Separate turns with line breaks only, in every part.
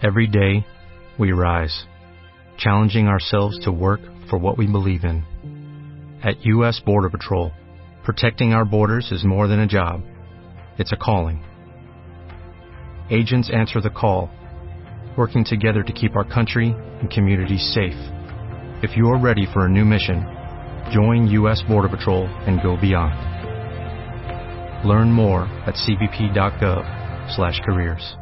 Every day, we rise, challenging ourselves to work for what we believe in. At U.S. Border Patrol, protecting our borders is more than a job. It's a calling. Agents answer the call, working together to keep our country and communities safe. If you are ready for a new mission, join U.S. Border Patrol and go beyond. Learn more at cbp.gov/careers.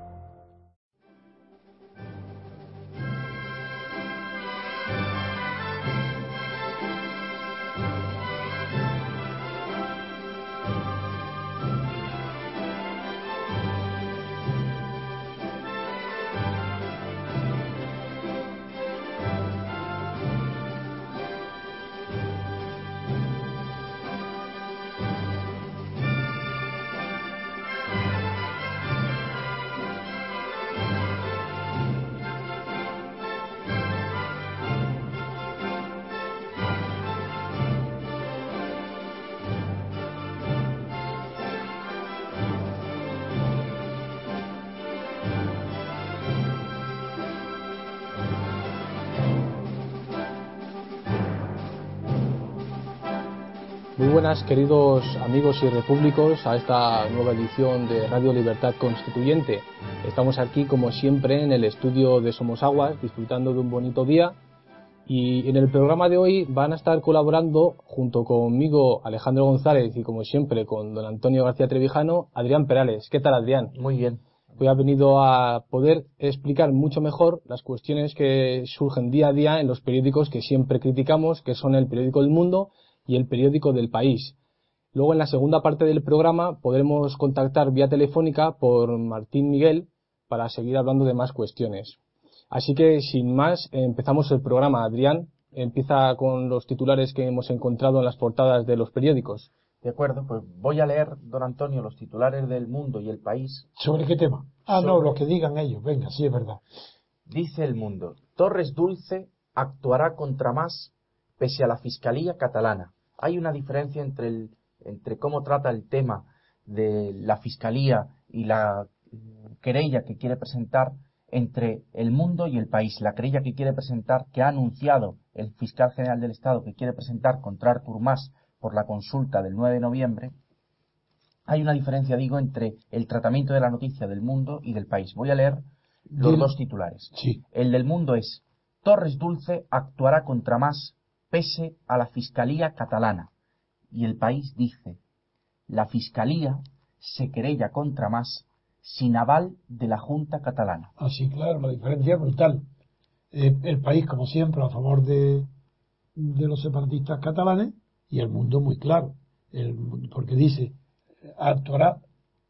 Muy buenas, queridos amigos y repúblicos, a esta nueva edición de Radio Libertad Constituyente. Estamos aquí, como siempre, en el estudio de Somos Aguas, disfrutando de un bonito día. Y en el programa de hoy van a estar colaborando, junto conmigo, Alejandro González, y como siempre, con don Antonio García Trevijano, Adrián Perales. ¿Qué tal, Adrián?
Muy bien.
Hoy ha venido a poder explicar mucho mejor las cuestiones que surgen día a día en los periódicos que siempre criticamos, que son el periódico El Mundo y el periódico del País. Luego, en la segunda parte del programa, podremos contactar vía telefónica por Martín Miguel para seguir hablando de más cuestiones. Así que, sin más, empezamos el programa. Adrián, empieza con los titulares que hemos encontrado en las portadas de los periódicos.
De acuerdo, pues voy a leer, don Antonio, los titulares del Mundo y El País.
¿Sobre qué tema? No, lo que digan ellos. Venga, sí, es verdad.
Dice El Mundo: Torres Dulce actuará contra Mas pese a la Fiscalía catalana. Hay una diferencia entre cómo trata el tema de la Fiscalía y la querella que quiere presentar entre El Mundo y El País. La querella que quiere presentar, que ha anunciado el fiscal general del Estado que quiere presentar contra Artur Mas por la consulta del 9 de noviembre. Hay una diferencia, digo, entre el tratamiento de la noticia del Mundo y del País. Voy a leer los dos titulares.
Sí.
El del Mundo es: Torres Dulce actuará contra Mas pese a la Fiscalía catalana. Y El País dice: la Fiscalía se querella contra Mas sin aval de la Junta catalana.
Así, claro, la diferencia es brutal. El País, como siempre, a favor de los separatistas catalanes, y El Mundo muy claro, porque dice, actuará,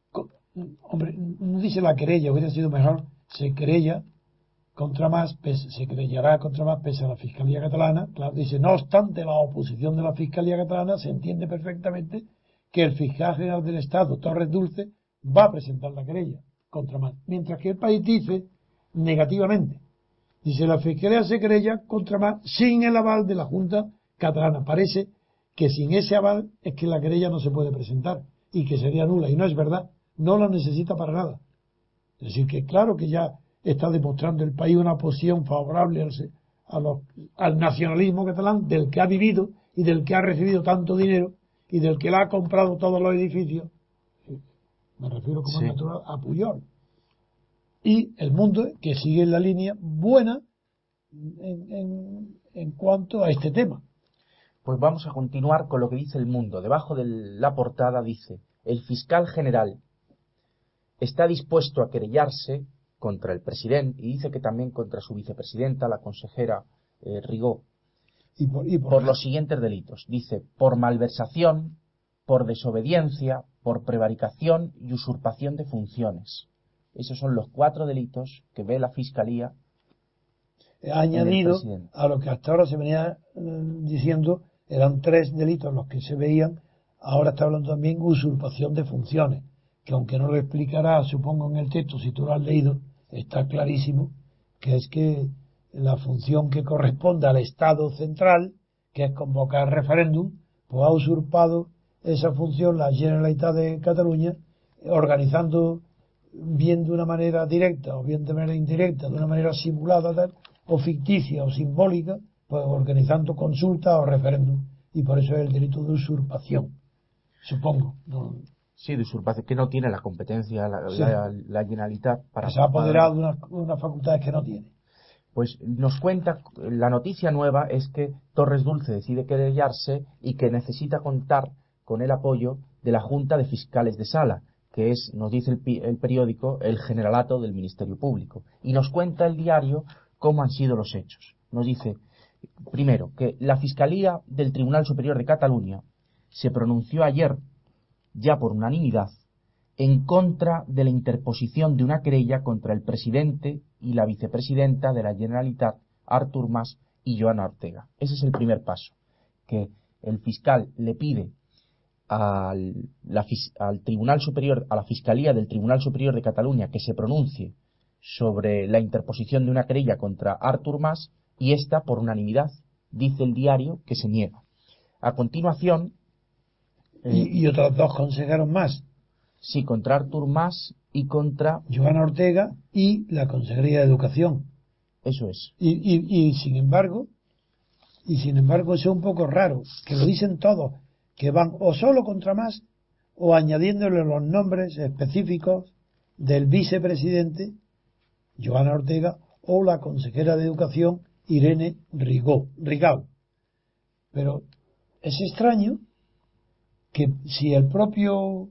hombre, no dice la querella, hubiera sido mejor, se querella contra Mas, se querellará contra Mas pese a la Fiscalía catalana. Claro, dice, no obstante la oposición de la Fiscalía catalana, se entiende perfectamente que el fiscal general del Estado, Torres Dulce, va a presentar la querella contra Mas. Mientras que El País dice negativamente, dice, la Fiscalía se querella contra Mas sin el aval de la Junta catalana. Parece que sin ese aval es que la querella no se puede presentar y que sería nula, y no es verdad, no la necesita para nada. Es decir, que claro que ya está demostrando El País una posición favorable al nacionalismo catalán, del que ha vivido y del que ha recibido tanto dinero y del que le ha comprado todos los edificios. Me refiero como natural a Pujol. Y El Mundo, que sigue en la línea buena en cuanto a este tema.
Pues vamos a continuar con lo que dice El Mundo. Debajo de la portada dice: el fiscal general está dispuesto a querellarse contra el presidente, y dice que también contra su vicepresidenta, la consejera Rigó, por los siguientes delitos. Dice: por malversación, por desobediencia, por prevaricación y usurpación de funciones. Esos son los 4 delitos que ve la Fiscalía.
Ha añadido a lo que hasta ahora se venía diciendo, eran 3 delitos los que se veían, ahora está hablando también usurpación de funciones, que aunque no lo explicará, supongo, en el texto, si tú lo has leído, está clarísimo, que es que la función que corresponde al Estado central, que es convocar referéndum, pues ha usurpado esa función la Generalitat de Cataluña, organizando bien de una manera directa o bien de manera indirecta, de una manera simulada tal, o ficticia o simbólica, pues organizando consultas o referéndum. Y por eso es el delito de usurpación, supongo. ¿No?
Sí, de usurpación, que no tiene la competencia
Sí.
la Generalitat para...
Que se ha apoderado de unas facultades que no tiene.
Pues nos cuenta, la noticia nueva es que Torres Dulce decide querellarse y que necesita contar con el apoyo de la Junta de Fiscales de Sala, que es, nos dice el periódico, el generalato del Ministerio Público. Y nos cuenta el diario cómo han sido los hechos. Nos dice, primero, que la Fiscalía del Tribunal Superior de Cataluña se pronunció ayer, ya por unanimidad, en contra de la interposición de una querella contra el presidente y la vicepresidenta de la Generalitat, Artur Mas y Joana Ortega. Ese es el primer paso, que el fiscal le pide al Tribunal Superior, a la Fiscalía del Tribunal Superior de Cataluña, que se pronuncie sobre la interposición de una querella contra Artur Mas, y esta, por unanimidad, dice el diario que se niega. A continuación...
y otros dos consejeros más.
Sí, contra Artur Mas y contra
Joana Ortega y la Consejería de Educación.
Eso es.
Y sin embargo, eso es un poco raro, que lo dicen todos, que van o solo contra Mas o añadiéndole los nombres específicos del vicepresidente, Joana Ortega, o la consejera de Educación, Irene Rigau. Pero es extraño que si el propio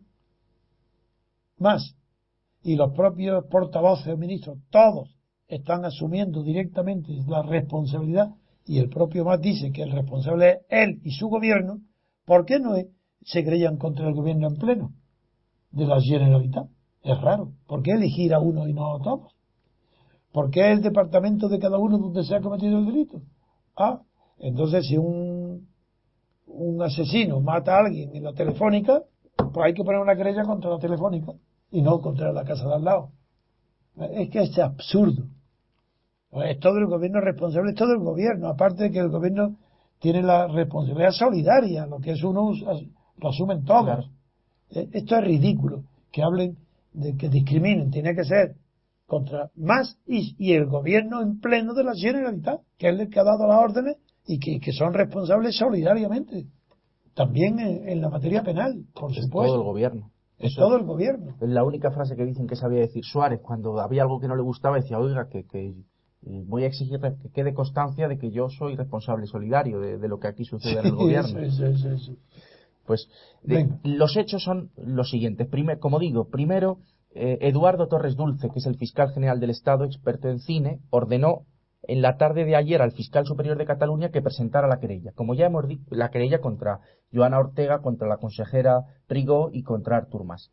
Mas y los propios portavoces o ministros, todos están asumiendo directamente la responsabilidad, y el propio Mas dice que el responsable es él y su gobierno, ¿por qué no se querellan contra el gobierno en pleno de la Generalitat? Es raro. ¿Por qué elegir a uno y no a todos? ¿Por qué el departamento de cada uno donde se ha cometido el delito? Entonces si un asesino mata a alguien en la Telefónica, pues hay que poner una querella contra la Telefónica y no contra la casa de al lado. Es que es absurdo. Es todo el gobierno responsable, es todo el gobierno, aparte de que el gobierno tiene la responsabilidad solidaria, lo que es uno lo asumen todos. Claro. Esto es ridículo, que hablen de que discriminen, tiene que ser contra Mas y el gobierno en pleno de la Generalitat, que es el que ha dado las órdenes y que son responsables solidariamente. También en la materia penal, por supuesto.
Es todo el gobierno.
Es todo el gobierno.
Es la única frase que dicen que sabía decir Suárez. Cuando había algo que no le gustaba, decía, oiga, que voy a exigir que quede constancia de que yo soy responsable solidario de lo que aquí sucede en el gobierno.
Eso.
Pues los hechos son los siguientes. Primero, Eduardo Torres Dulce, que es el fiscal general del Estado, experto en cine, ordenó en la tarde de ayer al fiscal superior de Cataluña que presentara la querella. Como ya hemos dicho, la querella contra Joana Ortega, contra la consejera Rigau y contra Artur Mas.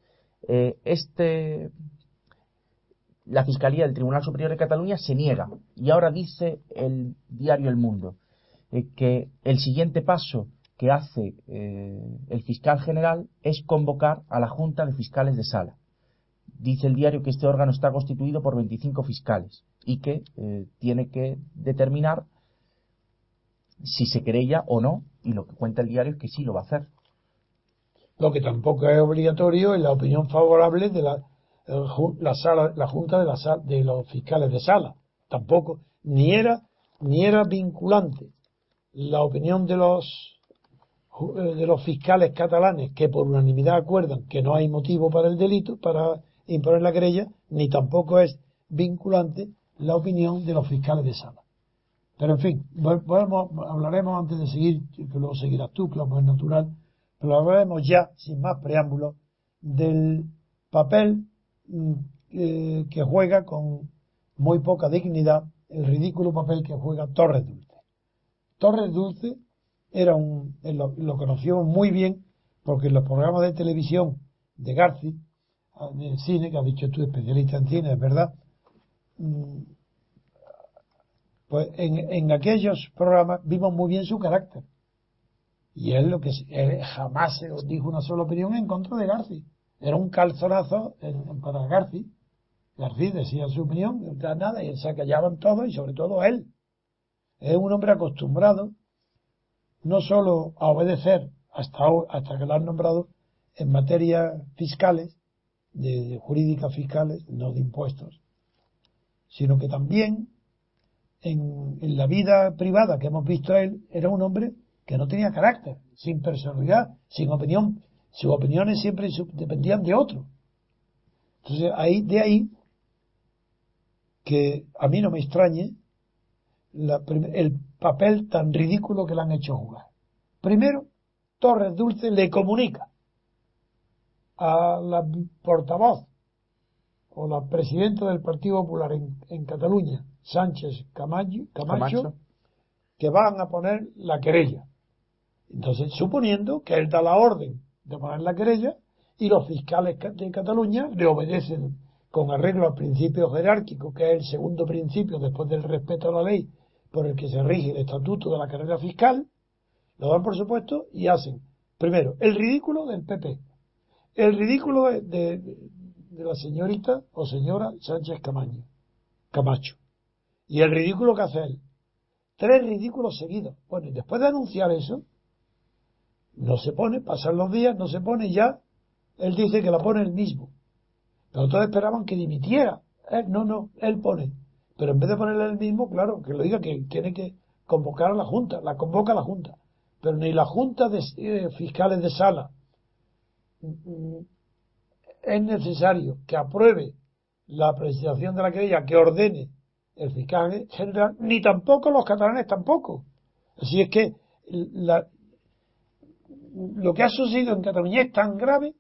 La Fiscalía del Tribunal Superior de Cataluña se niega. Y ahora dice el diario El Mundo que el siguiente paso que hace el fiscal general es convocar a la Junta de Fiscales de Sala. Dice el diario que este órgano está constituido por 25 fiscales y que tiene que determinar si se querella o no, y lo que cuenta el diario es que sí lo va a hacer.
Lo que tampoco es obligatorio es la opinión favorable de la Junta de los Fiscales de Sala. Tampoco, ni era vinculante la opinión de los fiscales catalanes, que por unanimidad acuerdan que no hay motivo para el delito, para imponer la querella, ni tampoco es vinculante la opinión de los fiscales de Sala. Pero en fin, hablaremos antes de seguir, que luego seguirás tú, que es natural, pero hablaremos ya, sin más preámbulos, del papel que juega con muy poca dignidad, el ridículo papel que juega Torres Dulce. Torres Dulce lo conocíamos muy bien porque en los programas de televisión de Garci, de cine, que has dicho tú, especialista en cine, es verdad, pues en aquellos programas vimos muy bien su carácter. Y él jamás se dijo una sola opinión en contra de Garci. Era un calzonazo para Garci. Garci decía su opinión, nada, y se callaban todos, y sobre todo él. Es un hombre acostumbrado no solo a obedecer hasta que lo han nombrado en materias fiscales, de jurídicas fiscales, no de impuestos, sino que también en la vida privada que hemos visto él, era un hombre que no tenía carácter, sin personalidad, sin opinión. Sus opiniones siempre dependían de otro. Entonces, de ahí que a mí no me extrañe el papel tan ridículo que le han hecho jugar. Primero, Torres Dulce le comunica a la portavoz o la presidenta del Partido Popular en Cataluña, Sánchez Camacho, que van a poner la querella. Entonces, suponiendo que él da la orden de poner la querella y los fiscales de Cataluña le obedecen con arreglo al principio jerárquico, que es el segundo principio después del respeto a la ley por el que se rige el estatuto de la carrera fiscal, lo dan por supuesto y hacen, primero, el ridículo del PP, el ridículo de la señorita o señora Sánchez Camacho, y el ridículo que hace él. 3 ridículos seguidos. Bueno, y después de anunciar eso, no se pone, pasan los días, no se pone y ya, él dice que la pone él mismo. Pero todos esperaban que dimitiera. No, él pone. Pero en vez de ponerle él mismo, claro, que lo diga que tiene que convocar a la Junta, la convoca a la Junta. Pero ni la Junta de fiscales de sala es necesario que apruebe la apreciación de la querella que ordene el fiscal general, ni tampoco los catalanes tampoco. Así es que lo que ha sucedido en Cataluña es tan grave,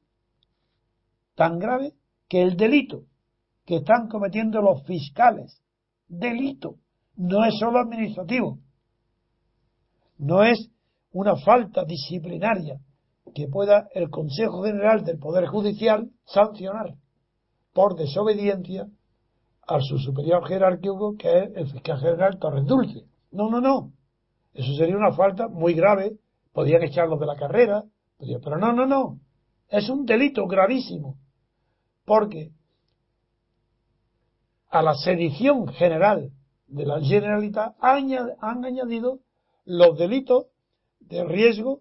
que el delito que están cometiendo los fiscales, delito, no es solo administrativo, no es una falta disciplinaria que pueda el Consejo General del Poder Judicial sancionar por desobediencia a su superior jerárquico, que es el fiscal general Torres Dulce. No. Eso sería una falta muy grave. Podían echarlos de la carrera, pero no. Es un delito gravísimo. Porque a la sedición general de la Generalitat han añadido los delitos de riesgo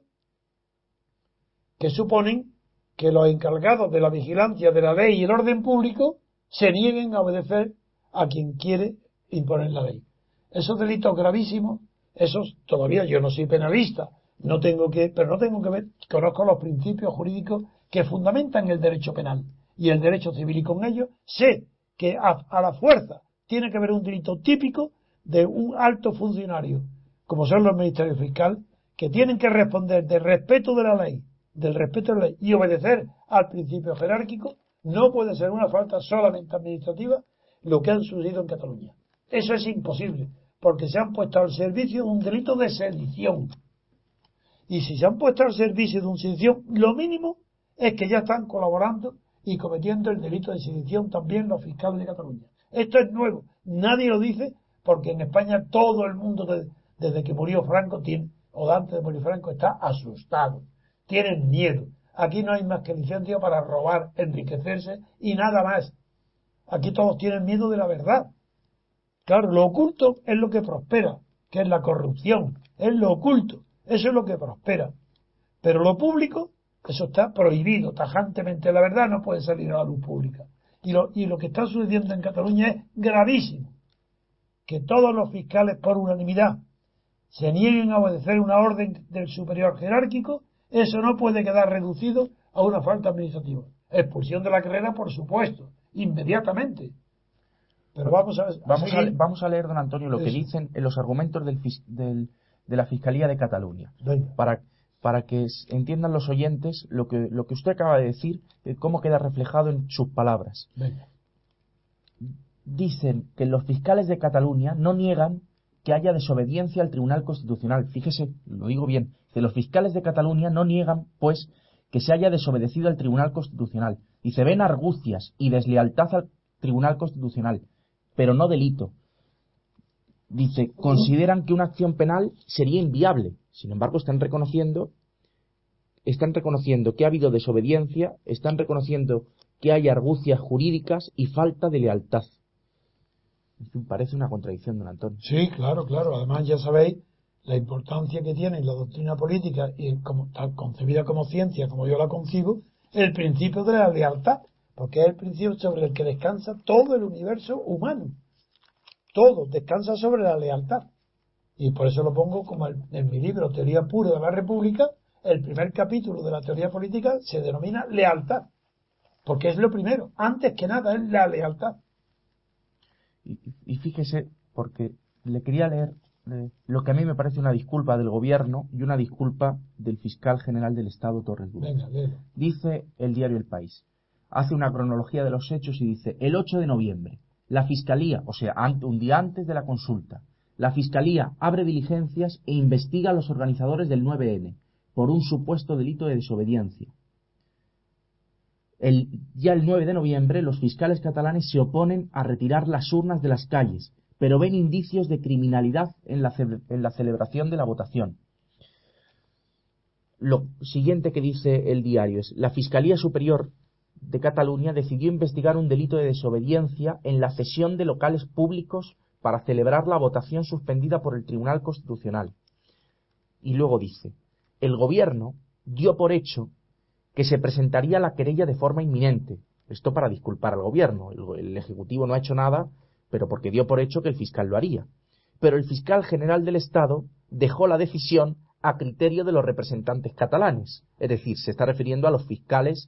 que suponen que los encargados de la vigilancia de la ley y el orden público se nieguen a obedecer a quien quiere imponer la ley. Esos delitos gravísimos, esos todavía yo no soy penalista, pero no tengo que ver, conozco los principios jurídicos que fundamentan el derecho penal y el derecho civil, y con ello sé que a la fuerza tiene que haber un delito típico de un alto funcionario, como son los ministerios fiscales, que tienen que responder del respeto de la ley, y obedecer al principio jerárquico. No puede ser una falta solamente administrativa lo que han sucedido en Cataluña. Eso es imposible, porque se han puesto al servicio de un delito de sedición. Y si se han puesto al servicio de una sedición, lo mínimo es que ya están colaborando y cometiendo el delito de sedición también los fiscales de Cataluña. Esto es nuevo, nadie lo dice, porque en España todo el mundo desde que murió Franco o antes de morir Franco está asustado, tienen miedo. Aquí no hay más que licencia para robar, enriquecerse y nada más. Aquí todos tienen miedo de la verdad. Claro, lo oculto es lo que prospera, que es la corrupción, es lo oculto, eso es lo que prospera. Pero lo público, eso está prohibido tajantemente. La verdad no puede salir a la luz pública. Y lo que está sucediendo en Cataluña es gravísimo. Que todos los fiscales por unanimidad se nieguen a obedecer una orden del superior jerárquico, eso no puede quedar reducido a una falta administrativa. Expulsión de la carrera, por supuesto, inmediatamente. Pero vamos
a leer, don Antonio, lo que dicen en los argumentos de la Fiscalía de Cataluña.
Venga.
Para que entiendan los oyentes lo que usted acaba de decir, cómo queda reflejado en sus palabras.
Venga.
Dicen que los fiscales de Cataluña no niegan que haya desobediencia al Tribunal Constitucional. Fíjese, lo digo bien, que los fiscales de Cataluña no niegan, pues, que se haya desobedecido al Tribunal Constitucional. Dice, ven argucias y deslealtad al Tribunal Constitucional, pero no delito. Dice, consideran que una acción penal sería inviable. Sin embargo, están reconociendo que ha habido desobediencia, están reconociendo que hay argucias jurídicas y falta de lealtad. Parece una contradicción, don Antonio.
Sí, claro. Además, ya sabéis la importancia que tiene en la doctrina política y tal concebida como ciencia, como yo la concibo, el principio de la lealtad. porque es el principio sobre el que descansa todo el universo humano. Todo descansa sobre la lealtad. Y por eso lo pongo como en mi libro Teoría Pura de la República, el primer capítulo de la teoría política se denomina lealtad, porque es lo primero, antes que nada es la lealtad.
Y fíjese, porque le quería leer lo que a mí me parece una disculpa del gobierno y una disculpa del fiscal general del Estado, Torres Dulce.
Venga, léelo.
Dice el diario El País, hace una cronología de los hechos y dice: el 8 de noviembre, la Fiscalía, o sea, un día antes de la consulta, la Fiscalía abre diligencias e investiga a los organizadores del 9N por un supuesto delito de desobediencia. Ya el 9 de noviembre, los fiscales catalanes se oponen a retirar las urnas de las calles, pero ven indicios de criminalidad en la celebración de la votación. Lo siguiente que dice el diario es: la Fiscalía Superior de Cataluña decidió investigar un delito de desobediencia en la cesión de locales públicos para celebrar la votación suspendida por el Tribunal Constitucional. Y luego dice: el gobierno dio por hecho que se presentaría la querella de forma inminente. Esto para disculpar al gobierno. El Ejecutivo no ha hecho nada, pero porque dio por hecho que el fiscal lo haría. Pero el fiscal general del Estado dejó la decisión a criterio de los representantes catalanes. Es decir, se está refiriendo a los fiscales,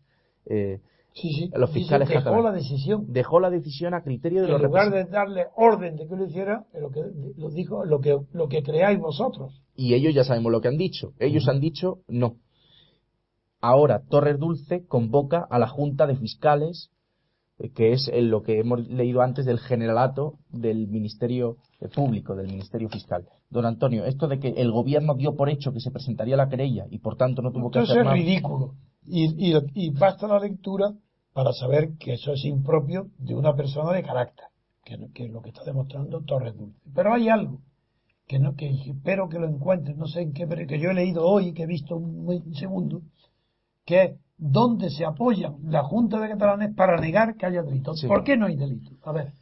a los fiscales
dejó
catalanes.
la decisión.
Dejó la decisión a criterio de los
En lugar
representantes.
de darle orden de que lo hiciera, lo dijo lo que creáis vosotros.
Y ellos ya sabemos lo que han dicho. Ellos han dicho no. Ahora Torres Dulce convoca a la Junta de Fiscales, que es lo que hemos leído antes del generalato del Ministerio Público, del Ministerio Fiscal. Don Antonio, esto de que el gobierno dio por hecho que se presentaría la querella y por tanto no tuvo que hacer nada.
Eso es ridículo. Y basta la lectura para saber que eso es impropio de una persona de carácter, que es lo que está demostrando Torres Dulce. Pero hay algo que espero que lo encuentres, no sé en qué, pero que yo he leído hoy, que he visto un segundo, que es donde se apoyan la Junta de Catalanes para negar que haya delito.
Sí.
¿Por qué no hay delito? A ver.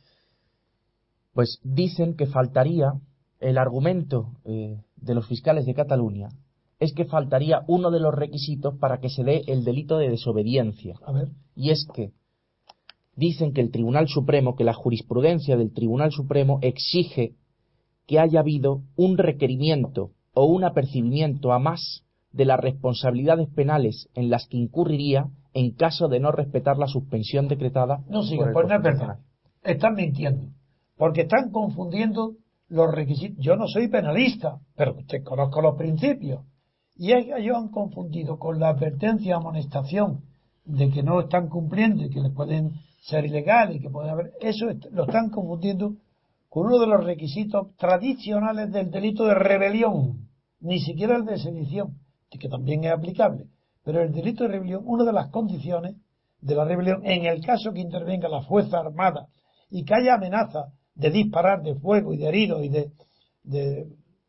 Pues dicen que faltaría, el argumento de los fiscales de Cataluña es que faltaría uno de los requisitos para que se dé el delito de desobediencia.
A ver.
Y es que dicen que el Tribunal Supremo, que la jurisprudencia del Tribunal Supremo exige que haya habido un requerimiento o un apercibimiento a más de las responsabilidades penales en las que incurriría en caso de no respetar la suspensión decretada.
No sigue,
por el
pues no es
Constitucional.
verdad. Están mintiendo. Porque están confundiendo los requisitos. Yo no soy penalista, pero te conozco los principios. Y ellos han confundido con la advertencia, amonestación de que no están cumpliendo y que les pueden ser ilegales y que pueden haber. Eso lo están confundiendo con uno de los requisitos tradicionales del delito de rebelión, ni siquiera el de sedición, que también es aplicable. Pero el delito de rebelión, una de las condiciones de la rebelión, en el caso que intervenga la fuerza armada y que haya amenaza de disparar, de fuego y de heridos y de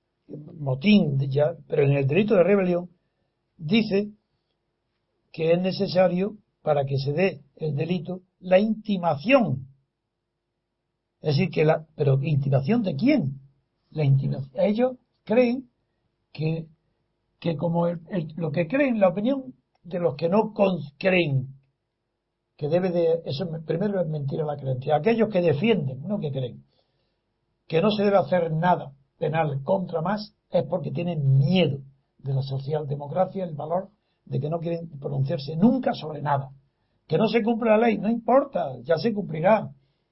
motín, pero en el delito de rebelión dice que es necesario, para que se dé el delito, la intimación. Es decir, pero ¿intimación de quién? La intimación. Ellos creen que como lo que creen, la opinión de los que no creen, que debe de, eso primero es mentira la creencia, aquellos que defienden, no que creen, que no se debe hacer nada penal contra más, es porque tienen miedo de la socialdemocracia, el valor de que no quieren pronunciarse nunca sobre nada. Que no se cumple la ley, no importa, ya se cumplirá.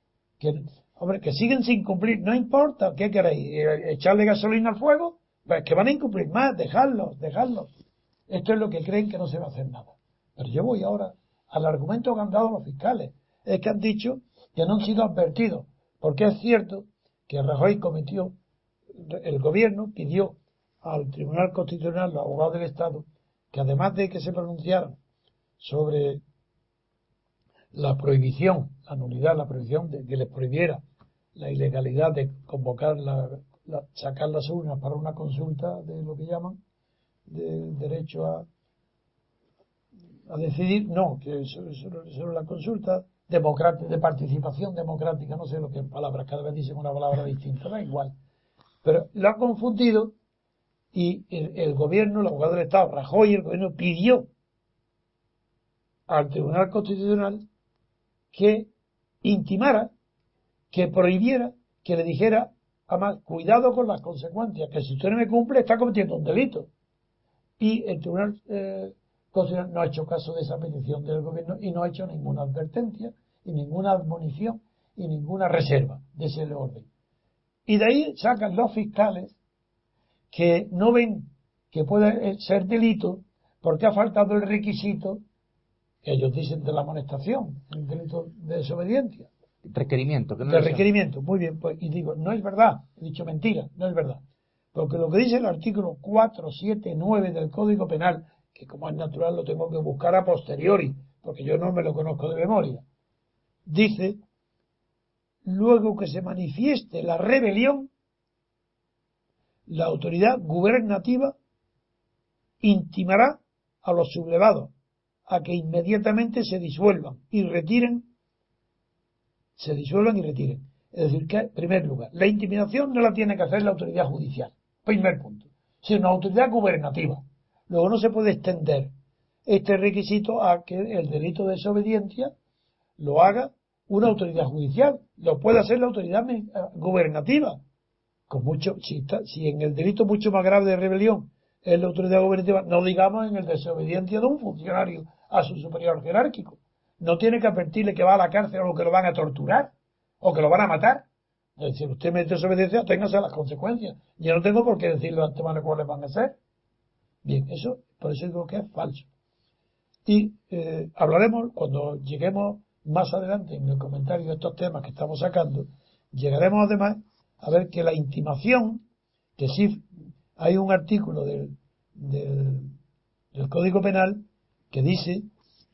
Que siguen sin cumplir, no importa, ¿qué queréis? ¿Echarle gasolina al fuego? Pues que van a incumplir más, dejadlos. Esto es lo que creen, que no se va a hacer nada. Pero yo voy ahora al argumento que han dado los fiscales. Es que han dicho que no han sido advertidos, porque es cierto que Rajoy el gobierno pidió al Tribunal Constitucional, los abogados del Estado, que además de que se pronunciaran sobre la prohibición, la nulidad, la prohibición de que les prohibiera la ilegalidad de convocar sacar las urnas para una consulta de lo que llaman de derecho a decidir, no, que sobre la consulta democrática, de participación democrática, no sé lo que en palabras, cada vez dicen una palabra distinta, da igual, pero lo ha confundido y el gobierno, el abogado del Estado, Rajoy, el gobierno pidió al Tribunal Constitucional que intimara, que prohibiera, que le dijera, además, cuidado con las consecuencias, que si usted no me cumple está cometiendo un delito. Y el Tribunal Constitucional no ha hecho caso de esa petición del gobierno y no ha hecho ninguna advertencia y ninguna admonición y ninguna reserva de ese orden. Y de ahí sacan los fiscales que no ven que puede ser delito porque ha faltado el requisito que ellos dicen de la amonestación, el delito de desobediencia.
Requerimiento, que no
De
lo sea.
requerimiento, muy bien, pues, y digo, no es verdad, he dicho mentira, no es verdad. Porque lo que dice el artículo 479 del Código Penal, que como es natural lo tengo que buscar a posteriori, porque yo no me lo conozco de memoria, dice, luego que se manifieste la rebelión, la autoridad gubernativa intimará a los sublevados a que inmediatamente se disuelvan y retiren. Es decir, que, en primer lugar, la intimidación no la tiene que hacer la autoridad judicial, primer punto, sino la autoridad gubernativa. Luego no se puede extender este requisito a que el delito de desobediencia lo haga una autoridad judicial, lo puede hacer la autoridad gubernativa. Con mucho, si en el delito mucho más grave de rebelión es la autoridad gubernativa, no digamos en el de desobediencia de un funcionario a su superior jerárquico. No tiene que advertirle que va a la cárcel o que lo van a torturar o que lo van a matar. Es decir, usted me desobedece, téngase las consecuencias. Yo no tengo por qué decirle de antemano cuáles van a ser. Bien, eso, por eso digo que es falso. Y hablaremos, cuando lleguemos más adelante en el comentario de estos temas que estamos sacando, llegaremos además a ver que la intimación, que sí hay un artículo del Código Penal que dice,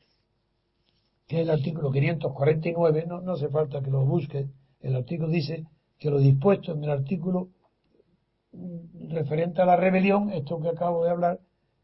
que es el artículo 549, no hace falta que lo busque, el artículo dice que lo dispuesto en el artículo referente a la rebelión, esto que acabo de hablar,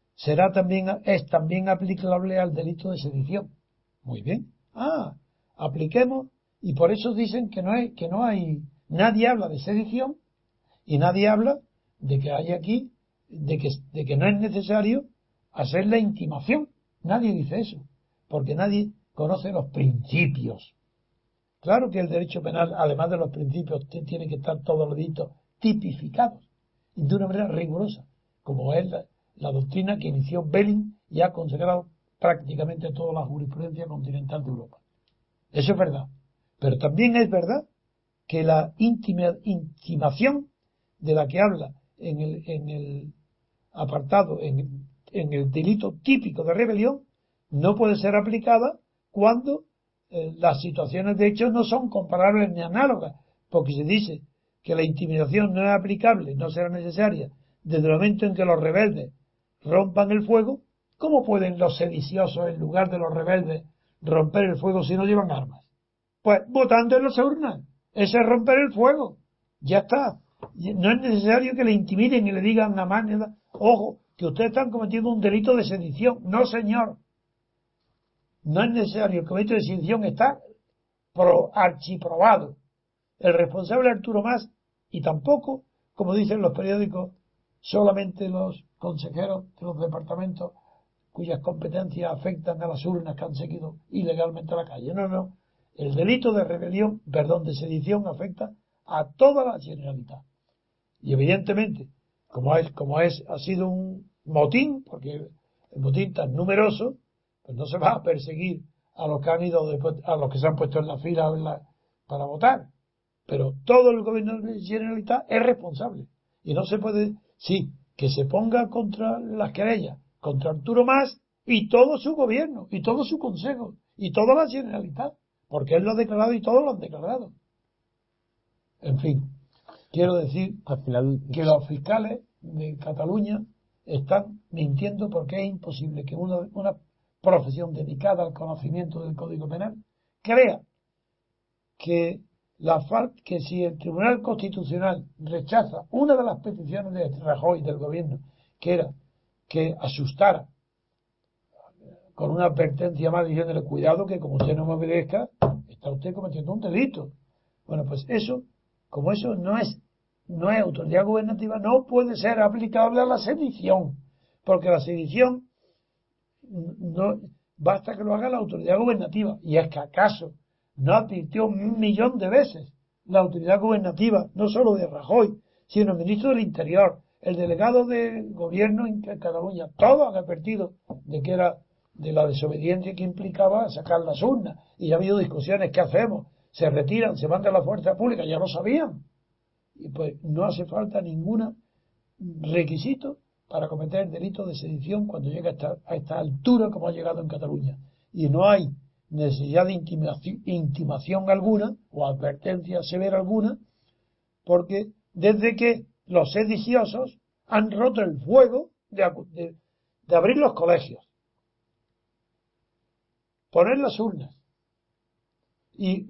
es también aplicable al delito de sedición. Muy bien. Apliquemos, y por eso dicen que no hay, nadie habla de sedición y nadie habla de que hay aquí, de que no es necesario hacer la intimación. Nadie dice eso, porque nadie conoce los principios. Claro que el derecho penal, además de los principios, tiene que estar todos los delitos tipificados y de una manera rigurosa, como es la doctrina que inició Belling y ha consagrado prácticamente toda la jurisprudencia continental de Europa. Eso es verdad. Pero también es verdad que la intimación de la que habla en el apartado, en el delito típico de rebelión, no puede ser aplicada cuando las situaciones de hecho no son comparables ni análogas, porque se dice que la intimidación no es aplicable, no será necesaria, desde el momento en que los rebeldes rompan el fuego. ¿Cómo pueden los sediciosos, en lugar de los rebeldes, romper el fuego si no llevan armas? Pues votando en las urnas. Ese es romper el fuego. Ya está. No es necesario que le intimiden y le digan a manera, ojo, que ustedes están cometiendo un delito de sedición. No, señor. No es necesario. El delito de sedición está archiprobado. El responsable Arturo Mas, y tampoco, como dicen los periódicos, solamente los consejeros de los departamentos cuyas competencias afectan a las urnas que han seguido ilegalmente a la calle. No. El delito de rebelión, de sedición, afecta a toda la Generalitat. Y evidentemente, ha sido un motín, porque el motín tan numeroso, pues no se va a perseguir a los que han ido después, a los que se han puesto en la fila para votar. Pero todo el gobierno de la Generalitat es responsable. Y no se puede, que se ponga contra las querellas, contra Arturo Mas y todo su gobierno, y todo su consejo, y toda la Generalitat, porque él lo ha declarado y todos lo han declarado. En fin, quiero decir
al final
que los fiscales de Cataluña están mintiendo, porque es imposible que una profesión dedicada al conocimiento del Código Penal crea que si el Tribunal Constitucional rechaza una de las peticiones de Rajoy del gobierno, que era que asustara con una advertencia más diciéndole cuidado que como usted no me obedezca está usted cometiendo un delito. Bueno, pues eso, como eso no es autoridad gubernativa, no puede ser aplicable a la sedición, porque la sedición no basta que lo haga la autoridad gubernativa. Y es que acaso no advirtió 1.000.000 de veces la autoridad gubernativa, no solo de Rajoy, sino el ministro del Interior, el delegado de gobierno en Cataluña, todos han advertido de que era de la desobediencia que implicaba sacar las urnas. Y ha habido discusiones, ¿qué hacemos? ¿Se retiran? ¿Se van de la fuerza pública? Ya lo sabían. Y pues no hace falta ningún requisito para cometer el delito de sedición cuando llega a esta altura como ha llegado en Cataluña. Y no hay necesidad de intimación alguna o advertencia severa alguna, porque desde que los sediciosos han roto el fuego de abrir los colegios, poner las urnas y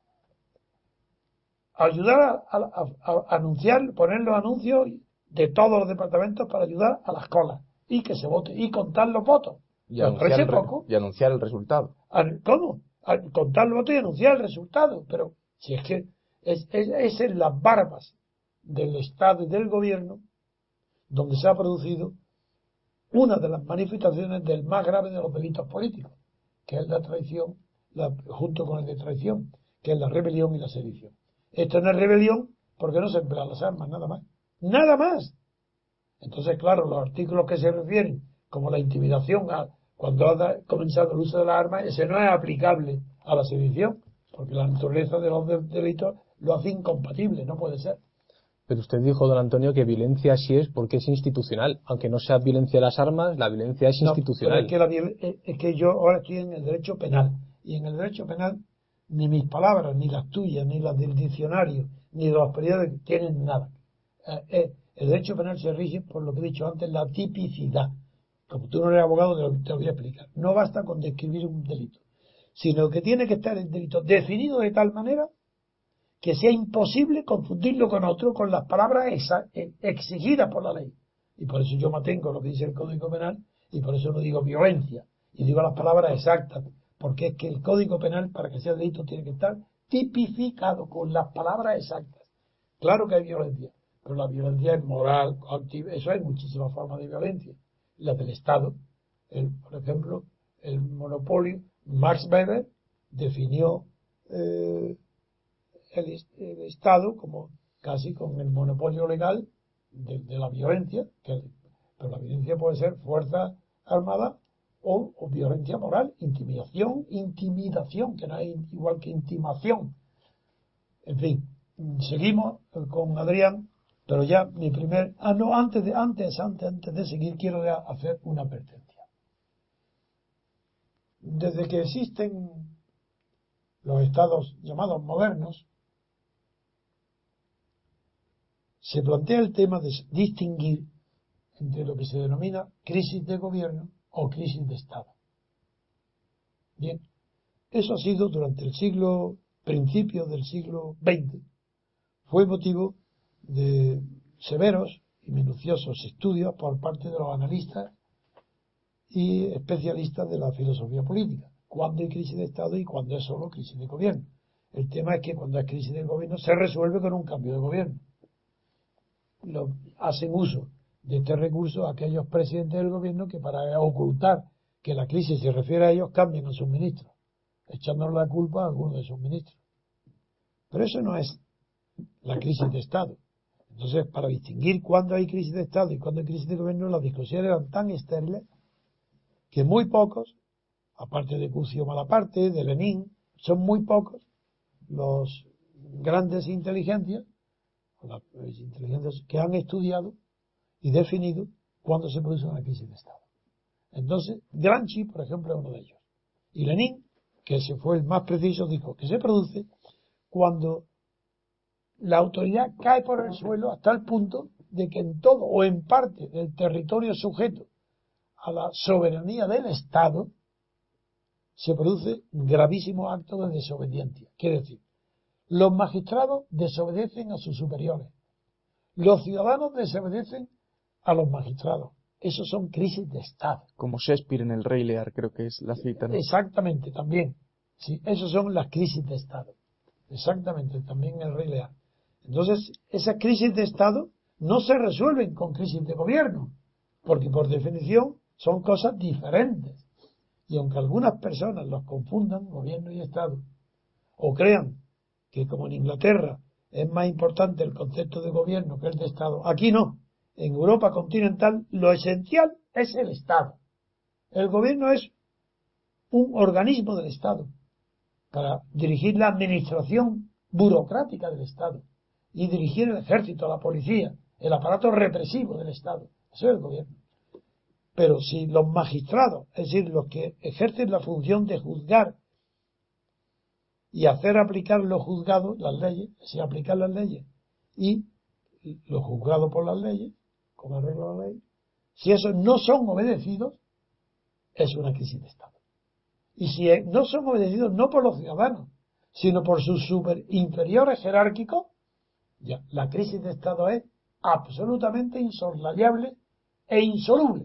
ayudar a anunciar, poner los anuncios de todos los departamentos para ayudar a las colas y que se vote y contar los votos.
Y anunciar el resultado.
¿Cómo? Contar los votos y anunciar el resultado. Pero si es que es en las barbas del Estado y del Gobierno donde se ha producido una de las manifestaciones del más grave de los delitos políticos, que es la traición, junto con el de traición, que es la rebelión y la sedición. Esto no es rebelión porque no se emplean las armas, nada más. Nada más. Entonces, claro, los artículos que se refieren, como la intimidación, cuando ha comenzado el uso de las armas, ese no es aplicable a la sedición, porque la naturaleza de los delitos lo hace incompatible, no puede ser.
Pero usted dijo, don Antonio, que violencia sí es porque es institucional. Aunque no sea violencia de las armas, la violencia es institucional.
Pero es que yo ahora estoy en el derecho penal. Y en el derecho penal, ni mis palabras, ni las tuyas, ni las del diccionario, ni de los periódicos tienen nada. El derecho penal se rige por lo que he dicho antes, la tipicidad. Como tú no eres abogado, te lo voy a explicar. No basta con describir un delito, sino que tiene que estar el delito definido de tal manera que sea imposible confundirlo con otro con las palabras exigidas por la ley. Y por eso yo mantengo lo que dice el Código Penal y por eso no digo violencia y digo las palabras exactas, porque es que el Código Penal, para que sea delito, tiene que estar tipificado con las palabras exactas. Claro que hay violencia, pero la violencia es moral, activa, eso hay muchísimas formas de violencia. La del Estado, por ejemplo, el monopolio, Max Weber definió el Estado como casi con el monopolio legal de la violencia, pero la violencia puede ser fuerza armada o violencia moral, intimidación, que no es igual que intimación. En fin, seguimos con Adrián, pero ya mi primer... antes de seguir quiero hacer una advertencia. Desde que existen los estados llamados modernos, se plantea el tema de distinguir entre lo que se denomina crisis de gobierno o crisis de Estado. Bien, eso ha sido durante principios del siglo XX, fue motivo de severos y minuciosos estudios por parte de los analistas y especialistas de la filosofía política, cuándo hay crisis de Estado y cuándo es solo crisis de gobierno. El tema es que cuando hay crisis de gobierno se resuelve con un cambio de gobierno. Hacen uso de este recurso aquellos presidentes del gobierno que, para ocultar que la crisis se refiere a ellos, cambian a sus ministros, echándole la culpa a algunos de sus ministros. Pero eso no es la crisis de Estado. Entonces, para distinguir cuándo hay crisis de Estado y cuándo hay crisis de gobierno, las discusiones eran tan estériles que muy pocos, aparte de Cusio Malaparte, de Lenin, son muy pocos los grandes inteligencias que han estudiado y definido cuándo se produce una crisis de Estado. Entonces, Gramsci, por ejemplo, es uno de ellos. Y Lenin, que ese fue el más preciso, dijo que se produce cuando la autoridad cae por el suelo hasta el punto de que en todo o en parte del territorio sujeto a la soberanía del Estado se produce gravísimos actos de desobediencia. Quiere decir, los magistrados desobedecen a sus superiores. Los ciudadanos desobedecen a los magistrados. Esos son crisis de Estado.
Como Shakespeare en El Rey Lear, creo que es la cita, ¿no?
Exactamente, también. Sí, esos son las crisis de Estado. Exactamente, también en El Rey Lear. Entonces, esas crisis de Estado no se resuelven con crisis de gobierno, porque por definición son cosas diferentes. Y aunque algunas personas los confundan, gobierno y Estado, o crean que como en Inglaterra es más importante el concepto de gobierno que el de Estado. Aquí no. En Europa continental lo esencial es el Estado. El gobierno es un organismo del Estado para dirigir la administración burocrática del Estado y dirigir el ejército, la policía, el aparato represivo del Estado. Eso es el gobierno. Pero si los magistrados, es decir, los que ejercen la función de juzgar y hacer aplicar los juzgados, las leyes, si aplicar las leyes y los juzgados por las leyes, como arregla la ley, si esos no son obedecidos, es una crisis de Estado. Y si no son obedecidos no por los ciudadanos, sino por sus inferiores jerárquicos, ya, la crisis de Estado es absolutamente insoslayable e insoluble.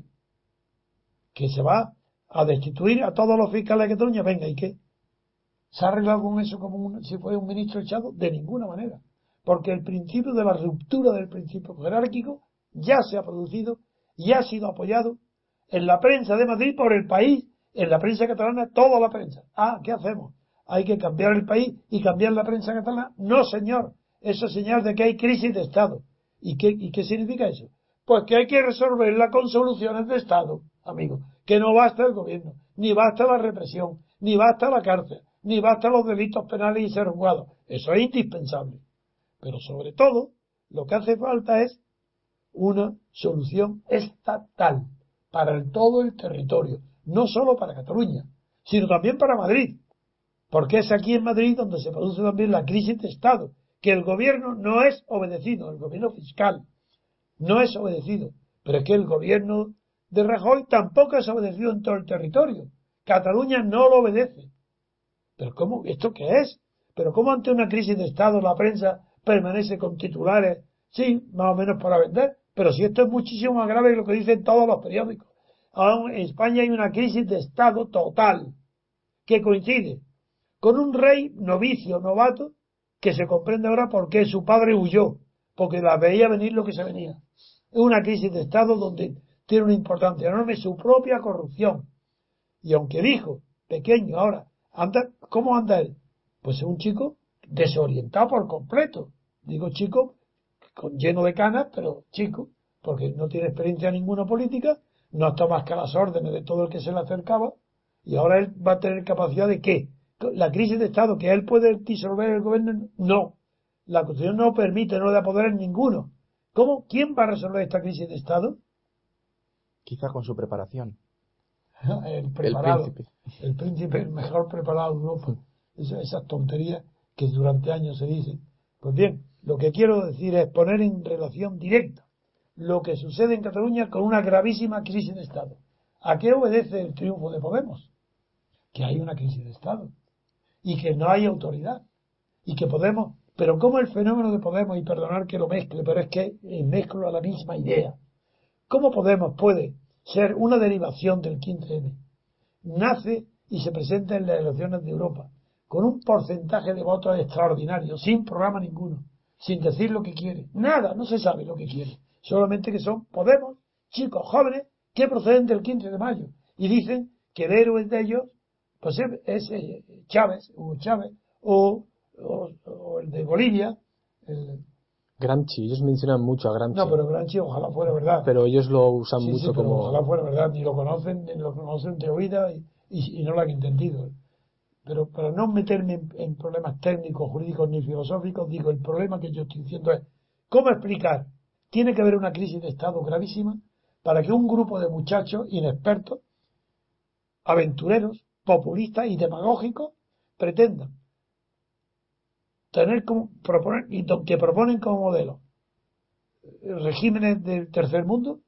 Que se va a destituir a todos los fiscales de Cataluña, venga, ¿y qué? ¿Se ha arreglado con eso como si fuera un ministro echado? De ninguna manera. Porque el principio de la ruptura del principio jerárquico ya se ha producido y ha sido apoyado en la prensa de Madrid por el país, en la prensa catalana, toda la prensa. Ah, ¿qué hacemos? ¿Hay que cambiar el país y cambiar la prensa catalana? No, señor. Eso es señal de que hay crisis de Estado. ¿Y qué significa eso? Pues que hay que resolverla con soluciones de Estado, amigos. Que no basta el gobierno, ni basta la represión, ni basta la cárcel, ni basta los delitos penales y ser juzgados. Eso es indispensable. Pero sobre todo, lo que hace falta es una solución estatal para todo el territorio, no solo para Cataluña, sino también para Madrid, porque es aquí en Madrid donde se produce también la crisis de Estado, que el gobierno no es obedecido, el gobierno fiscal no es obedecido, pero es que el gobierno de Rajoy tampoco es obedecido en todo el territorio. Cataluña no lo obedece. ¿Pero cómo? ¿Esto qué es? ¿Pero cómo ante una crisis de Estado la prensa permanece con titulares? Sí, más o menos para vender, pero si esto es muchísimo más grave que lo que dicen todos los periódicos. Aún en España hay una crisis de Estado total, que coincide con un rey novicio, novato, que se comprende ahora por qué su padre huyó, porque la veía venir lo que se venía. Es una crisis de Estado donde tiene una importancia enorme su propia corrupción. Y aunque dijo, pequeño ahora, anda, ¿cómo anda él? Pues es un chico desorientado por completo. Digo chico, lleno de canas, pero chico, porque no tiene experiencia ninguna política, no está más que a las órdenes de todo el que se le acercaba, y ahora él va a tener capacidad de ¿qué? La crisis de Estado, que él puede disolver el gobierno, no. La Constitución no permite, no le da poder en ninguno. ¿Cómo? ¿Quién va a resolver esta crisis de Estado?
Quizá con su preparación.
El preparado.
El príncipe.
El príncipe, el mejor preparado de Europa. Esas tonterías que durante años se dicen. Pues bien, lo que quiero decir es poner en relación directa lo que sucede en Cataluña con una gravísima crisis de Estado. ¿A qué obedece el triunfo de Podemos? Que hay una crisis de Estado y que no hay autoridad y que Podemos, pero como el fenómeno de Podemos, y perdonar que lo mezcle, pero es que mezclo a la misma idea. ¿Cómo Podemos puede ser una derivación del 15M? Nace y se presenta en las elecciones de Europa con un porcentaje de votos extraordinario, sin programa ninguno, sin decir lo que quiere, nada, no se sabe lo que quiere, solamente que son Podemos, chicos jóvenes que proceden del 15 de mayo y dicen que el héroe de ellos pues es Chávez, Hugo Chávez, o el de Bolivia, el,
Gramsci, ellos mencionan mucho a Gramsci.
no, pero Gramsci ojalá fuera verdad.
Pero ellos lo usan
Sí,
mucho
sí, pero
como...
ojalá fuera verdad, ni lo conocen de oída y no lo han entendido. Pero para no meterme en problemas técnicos, jurídicos ni filosóficos, digo, el problema que yo estoy diciendo es, ¿cómo explicar? Tiene que haber una crisis de Estado gravísima para que un grupo de muchachos inexpertos, aventureros, populistas y demagógicos pretendan tener como proponer y que proponen como modelo regímenes del tercer mundo.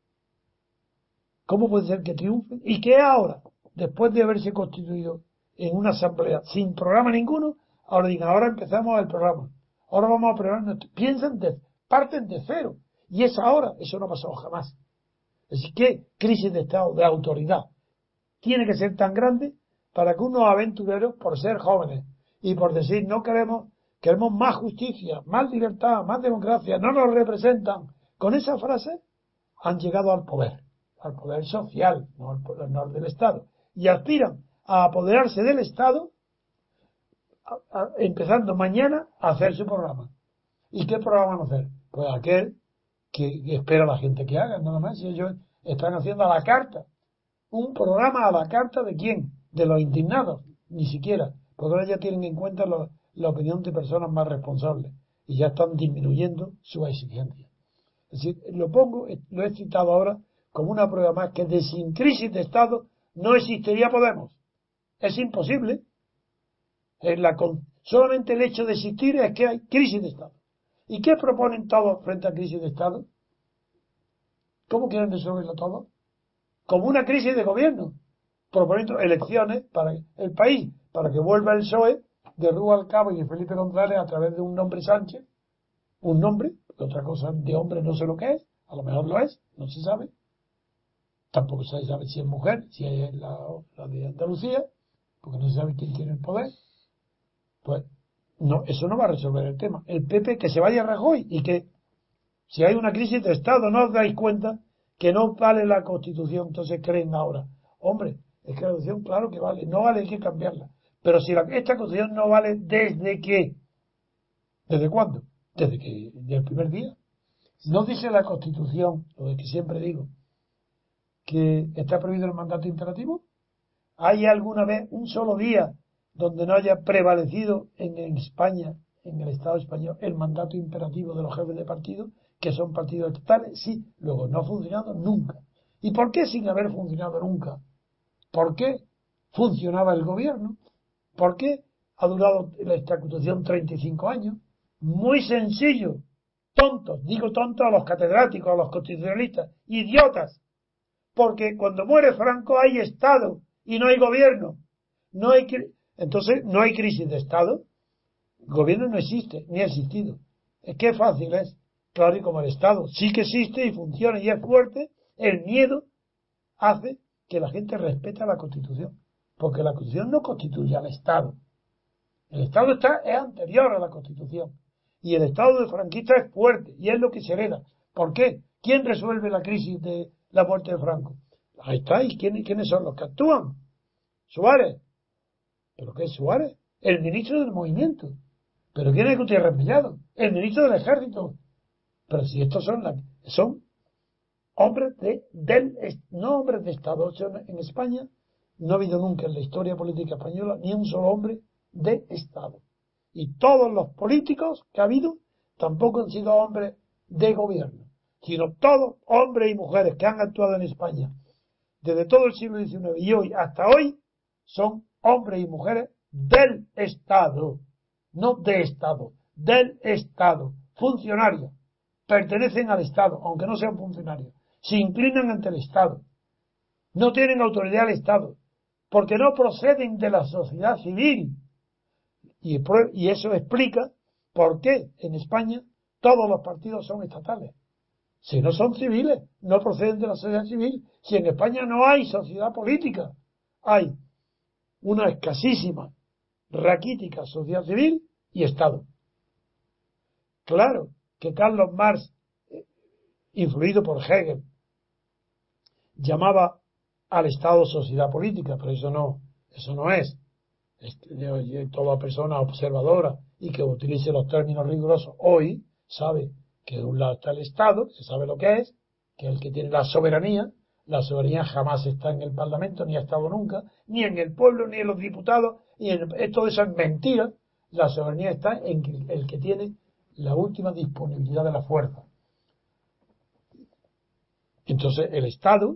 ¿Cómo puede ser que triunfen? ¿Y que ahora, después de haberse constituido en una asamblea sin programa ninguno, ahora digan, ahora empezamos el programa, ahora vamos a probar, parten de cero, y es ahora, eso no ha pasado jamás. Así que crisis de Estado, de autoridad, tiene que ser tan grande para que unos aventureros, por ser jóvenes y por decir no queremos más justicia, más libertad, más democracia, no nos representan, con esa frase han llegado al poder social, no al del Estado, y aspiran a apoderarse del Estado empezando mañana a hacer su programa. ¿Y qué programa van a hacer? Pues aquel que espera la gente que haga, nada más. Si ellos están haciendo a la carta, un programa a la carta ¿de quién? De los indignados, ni siquiera, porque ahora ya tienen en cuenta la opinión de personas más responsables y ya están disminuyendo sus exigencias. Es decir, lo he citado ahora como una prueba más que sin crisis de Estado no existiría Podemos. Es imposible. Solamente el hecho de existir es que hay crisis de Estado. ¿Y qué proponen todos frente a crisis de Estado? ¿Cómo quieren resolverlo todo? Como una crisis de gobierno, proponiendo elecciones para el país, para que vuelva el PSOE de Rubalcaba y de Felipe González a través de un nombre Sánchez, un nombre, porque otra cosa de hombre no sé lo que es, a lo mejor lo es, no se sabe, tampoco se sabe si es mujer, si es la de Andalucía, porque no se sabe quién tiene el poder. Pues no, eso no va a resolver el tema. El PP que se vaya a Rajoy y que si hay una crisis de Estado no os dais cuenta que no vale la Constitución, entonces creen ahora. Hombre, es que la Constitución claro que vale, no vale, hay que cambiarla. Pero si esta Constitución no vale, ¿desde qué? ¿Desde cuándo? Desde el primer día. No dice la Constitución, lo que siempre digo, que está prohibido el mandato imperativo. ¿Hay alguna vez un solo día donde no haya prevalecido en España, en el Estado español, el mandato imperativo de los jefes de partido, que son partidos estatales? Sí, luego no ha funcionado nunca. ¿Y por qué sin haber funcionado nunca? ¿Por qué funcionaba el gobierno? ¿Por qué ha durado esta Constitución 35 años? Muy sencillo. Tontos, digo tontos a los catedráticos, a los constitucionalistas, idiotas. Porque cuando muere Franco hay Estado y no hay gobierno. Entonces no hay crisis de Estado. El gobierno no existe, ni ha existido. Qué fácil es. Claro, y como el Estado sí que existe y funciona y es fuerte, el miedo hace que la gente respete la Constitución. Porque la Constitución no constituye al Estado. El Estado es anterior a la Constitución. Y el Estado de franquista es fuerte y es lo que se hereda. ¿Por qué? ¿Quién resuelve la crisis de la muerte de Franco? Ahí está. ¿Y quiénes son los que actúan? Suárez. ¿Pero qué es Suárez? El ministro del movimiento. ¿Pero quién es Gutiérrez Mellado? El ministro del ejército. Pero si estos son hombres no hombres de Estado. En España no ha habido nunca en la historia política española ni un solo hombre de Estado. Y todos los políticos que ha habido tampoco han sido hombres de gobierno, sino todos hombres y mujeres que han actuado en España desde todo el siglo XIX y hoy hasta hoy son hombres y mujeres del Estado, no de Estado, del Estado, funcionarios, pertenecen al Estado, aunque no sean funcionarios, se inclinan ante el Estado, no tienen autoridad al Estado, porque no proceden de la sociedad civil. Y eso explica por qué en España todos los partidos son estatales. Si no son civiles, no proceden de la sociedad civil. Si en España no hay sociedad política, hay una escasísima, raquítica sociedad civil y Estado. Claro que Carlos Marx, influido por Hegel, llamaba al Estado sociedad política, pero eso no es. Toda persona observadora y que utilice los términos rigurosos hoy sabe que de un lado está el Estado, se sabe lo que es el que tiene la soberanía jamás está en el Parlamento, ni ha estado nunca, ni en el pueblo, ni en los diputados, todo eso es mentira. La soberanía está en el que tiene la última disponibilidad de la fuerza. Entonces el Estado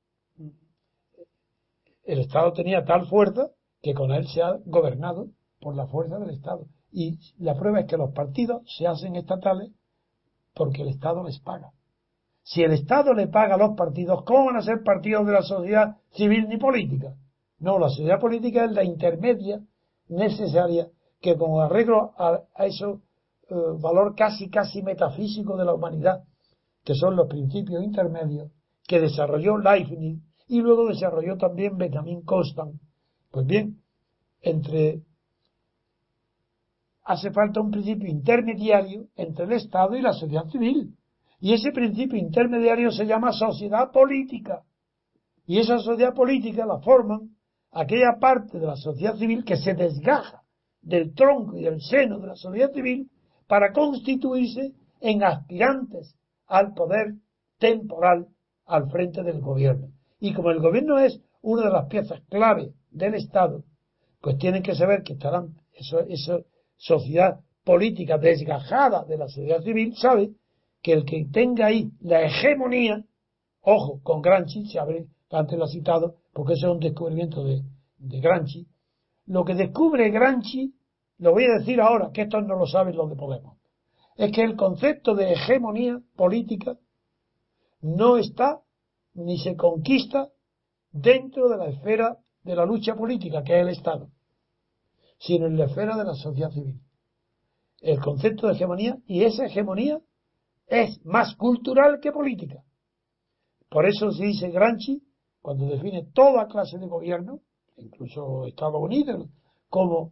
tenía tal fuerza que con él se ha gobernado por la fuerza del Estado. Y la prueba es que los partidos se hacen estatales porque el Estado les paga. Si el Estado le paga a los partidos, ¿cómo van a ser partidos de la sociedad civil ni política? No, la sociedad política es la intermedia necesaria que con arreglo a ese valor casi metafísico de la humanidad, que son los principios intermedios que desarrolló Leibniz y luego desarrolló también Benjamin Constant. Pues bien, hace falta un principio intermediario entre el Estado y la sociedad civil. Y ese principio intermediario se llama sociedad política. Y esa sociedad política la forman aquella parte de la sociedad civil que se desgaja del tronco y del seno de la sociedad civil para constituirse en aspirantes al poder temporal al frente del gobierno. Y como el gobierno es una de las piezas clave del Estado, pues tienen que saber que estarán esa sociedad política desgajada de la sociedad civil, sabe que el que tenga ahí la hegemonía, ojo, con Gramsci, se abre, antes lo ha citado, porque eso es un descubrimiento de Gramsci. Lo que descubre Gramsci, lo voy a decir ahora, que esto no lo saben los de Podemos, es que el concepto de hegemonía política no está ni se conquista dentro de la esfera de la lucha política, que es el Estado, sino en la esfera de la sociedad civil. El concepto de hegemonía, y esa hegemonía es más cultural que política. Por eso se dice Gramsci, cuando define toda clase de gobierno, incluso Estados Unidos, como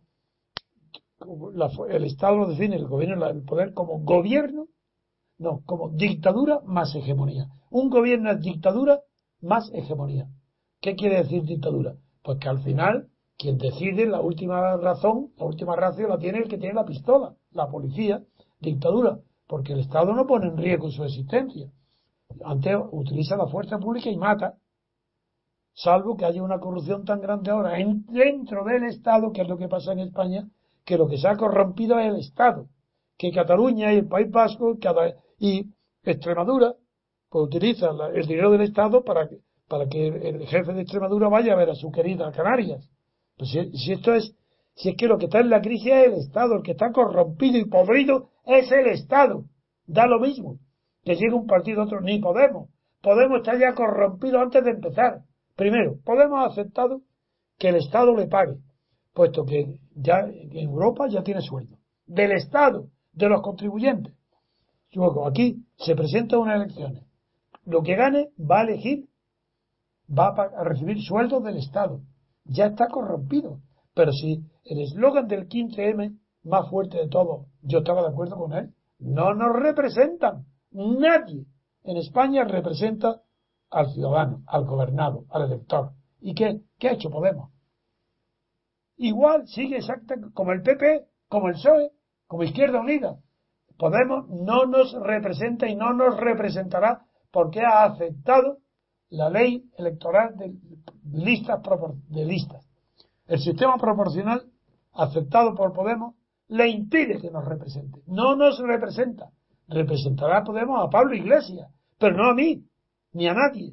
el Estado lo define, el gobierno, el poder como gobierno, no, como dictadura más hegemonía. Un gobierno es dictadura más hegemonía. ¿Qué quiere decir dictadura? Pues que al final quien decide la última razón, la última ratio la tiene el que tiene la pistola, la policía. Dictadura, porque el Estado no pone en riesgo su existencia. Antes utiliza la fuerza pública y mata, salvo que haya una corrupción tan grande ahora dentro del Estado, que es lo que pasa en España, que lo que se ha corrompido es el Estado, que Cataluña y el País Vasco y Extremadura pues utiliza el dinero del Estado para que el jefe de Extremadura vaya a ver a su querida Canarias. Pues si es que lo que está en la crisis es el Estado, el que está corrompido y podrido es el Estado. Da lo mismo que llegue un partido otro, ni Podemos. Podemos estar ya corrompido antes de empezar. Primero, Podemos ha aceptado que el Estado le pague, puesto que ya en Europa ya tiene sueldo. Del Estado, de los contribuyentes. Luego, aquí se presentan unas elecciones. Lo que gane va a elegir, va a recibir sueldos del Estado. Ya está corrompido. Pero si el eslogan del 15M, más fuerte de todo, yo estaba de acuerdo con él, no nos representan. Nadie en España representa al ciudadano, al gobernado, al elector. ¿Y qué ha hecho Podemos? Igual sigue exactamente como el PP, como el PSOE, como Izquierda Unida. Podemos no nos representa y no nos representará porque ha aceptado la ley electoral de listas. El sistema proporcional aceptado por Podemos le impide que nos represente. No nos representa. Representará Podemos a Pablo Iglesias, pero no a mí, ni a nadie.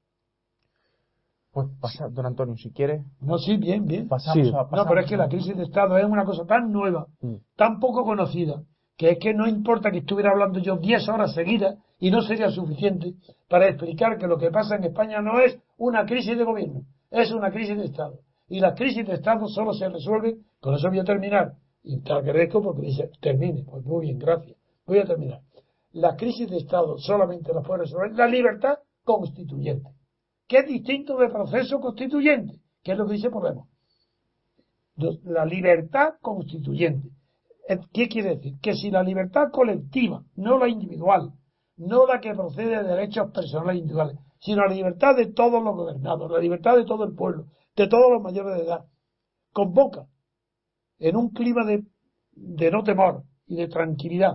Pues pasa, don Antonio, si quiere.
No, sí, bien.
Pasamos
Sí.
No, pero es que la crisis de Estado es una cosa tan nueva, tan poco conocida, que es que no importa que estuviera hablando yo 10 horas seguidas y no sería suficiente para explicar que lo que pasa en España no es una crisis de gobierno, es una crisis de Estado. Y las crisis de Estado solo se resuelven, con eso voy a terminar, y te agradezco porque dice, termine, pues muy bien, gracias, voy a terminar. La crisis de Estado solamente la puede resolver la libertad constituyente, que es distinto del proceso constituyente, que es lo que dice Podemos. La libertad constituyente. ¿Qué quiere decir? Que si la libertad colectiva, no la individual, no la que procede de derechos personales individuales, sino la libertad de todos los gobernados, la libertad de todo el pueblo, de todos los mayores de edad, convoca en un clima de no temor y de tranquilidad.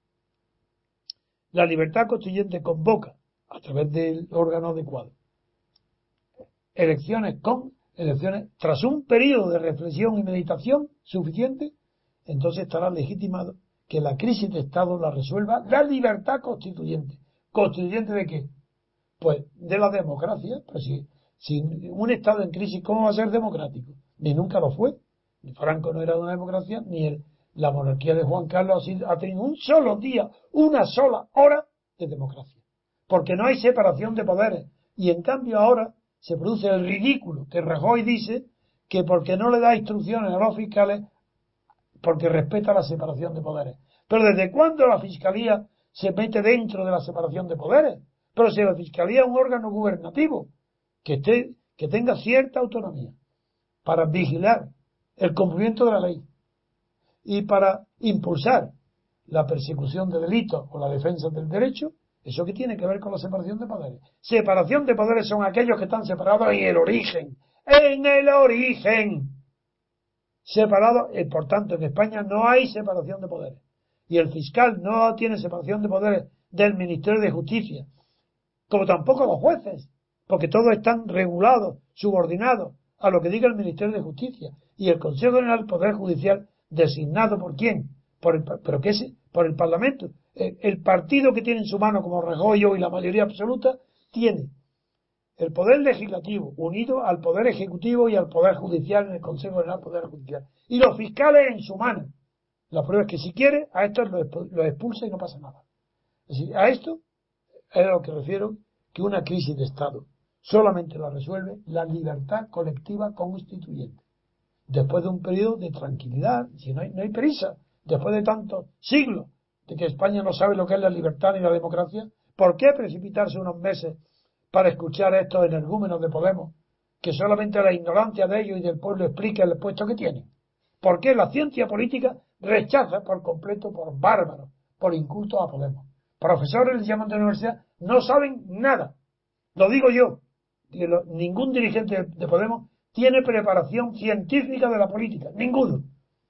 La libertad constituyente convoca, a través del órgano adecuado, elecciones tras un periodo de reflexión y meditación suficiente, entonces estará legitimado que la crisis de Estado la resuelva la libertad constituyente. ¿Constituyente de qué? Pues de la democracia. Pero si un Estado en crisis, ¿cómo va a ser democrático? Ni nunca lo fue. Ni Franco no era una democracia, ni la monarquía de Juan Carlos ha tenido un solo día, una sola hora de democracia. Porque no hay separación de poderes. Y en cambio ahora se produce el ridículo que Rajoy dice que porque no le da instrucciones a los fiscales, porque respeta la separación de poderes. Pero ¿desde cuándo la Fiscalía se mete dentro de la separación de poderes? Pero si la Fiscalía es un órgano gubernativo que tenga cierta autonomía para vigilar el cumplimiento de la ley y para impulsar la persecución de delitos o la defensa del derecho, ¿eso qué tiene que ver con la separación de poderes? Separación de poderes son aquellos que están separados en el origen. ¡En el origen! separados, por tanto en España no hay separación de poderes. Y el fiscal no tiene separación de poderes del Ministerio de Justicia, como tampoco los jueces, porque todos están regulados, subordinados a lo que diga el Ministerio de Justicia. Y el Consejo General del Poder Judicial, ¿designado por quién? Por el Parlamento. El partido que tiene en su mano, como Rajoy y la mayoría absoluta, tiene el Poder Legislativo unido al Poder Ejecutivo y al Poder Judicial en el Consejo General del Poder Judicial. Y los fiscales en su mano. La prueba es que si quiere, a estos los expulsa y no pasa nada. Es decir, a esto es a lo que refiero que una crisis de Estado solamente la resuelve la libertad colectiva constituyente. Después de un periodo de tranquilidad, si no hay prisa, después de tantos siglos de que España no sabe lo que es la libertad ni la democracia, ¿por qué precipitarse unos meses para escuchar a estos energúmenos de Podemos, que solamente la ignorancia de ellos y del pueblo explica el puesto que tienen? ¿Por qué la ciencia política rechaza por completo, por bárbaros, por incultos a Podemos? Profesores les llaman de la universidad, no saben nada. Lo digo yo. Ningún dirigente de Podemos tiene preparación científica de la política. Ninguno.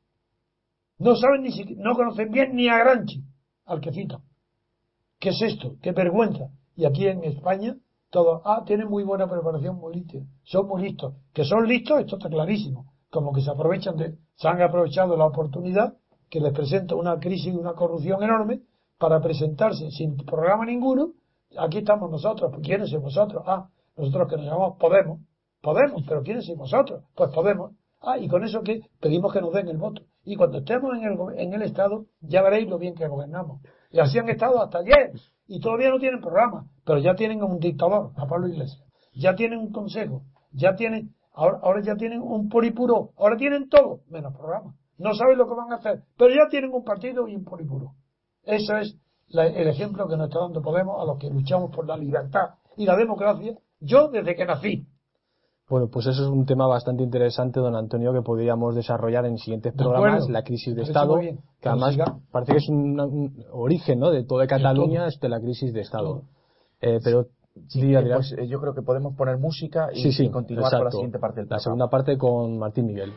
No saben no conocen bien ni a Gramsci, al que citan. ¿Qué es esto? ¡Qué vergüenza! Y aquí en España, todos, tienen muy buena preparación, muy listos. Son muy listos. Que son listos, esto está clarísimo. Como que se han aprovechado la oportunidad que les presenta una crisis y una corrupción enorme para presentarse sin programa ninguno. Aquí estamos nosotros. ¿Quiénes sois vosotros? Nosotros que nos llamamos Podemos. Podemos, pero ¿quiénes sois vosotros? Pues Podemos. Y con eso que pedimos que nos den el voto. Y cuando estemos en el Estado, ya veréis lo bien que gobernamos. Y así han estado hasta ayer. Y todavía no tienen programa, pero ya tienen un dictador, a Pablo Iglesias. Ya tienen un consejo. Ya tienen, ahora ya tienen un polipuro. Ahora tienen todo, menos programa. No saben lo que van a hacer, pero ya tienen un partido y un polipuro. Eso es el ejemplo que nos está dando Podemos a los que luchamos por la libertad y la democracia. Yo desde que nací.
Bueno, pues eso es un tema bastante interesante, don Antonio, que podríamos desarrollar en siguientes programas, la crisis de Estado, que además parece que es un origen, ¿no?, de toda Cataluña, de la crisis de Estado. Pero
pues, yo creo que podemos poner música y continuar con la siguiente parte del programa.
La segunda parte con Martín Miguel.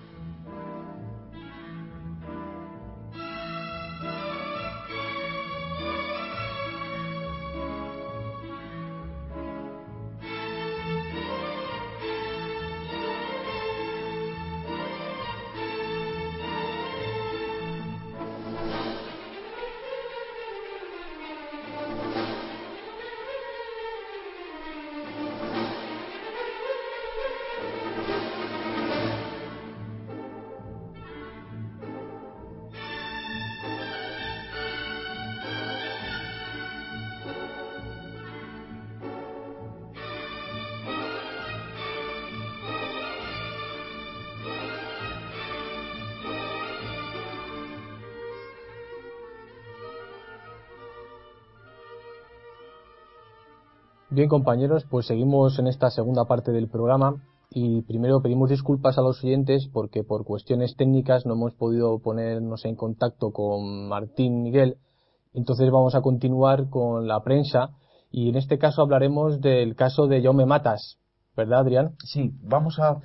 Bien, compañeros, pues seguimos en esta segunda parte del programa y primero pedimos disculpas a los oyentes porque por cuestiones técnicas no hemos podido ponernos en contacto con Martín Miguel. Entonces vamos a continuar con la prensa y en este caso hablaremos del caso de Jaume Matas, ¿verdad, Adrián?
Sí, vamos a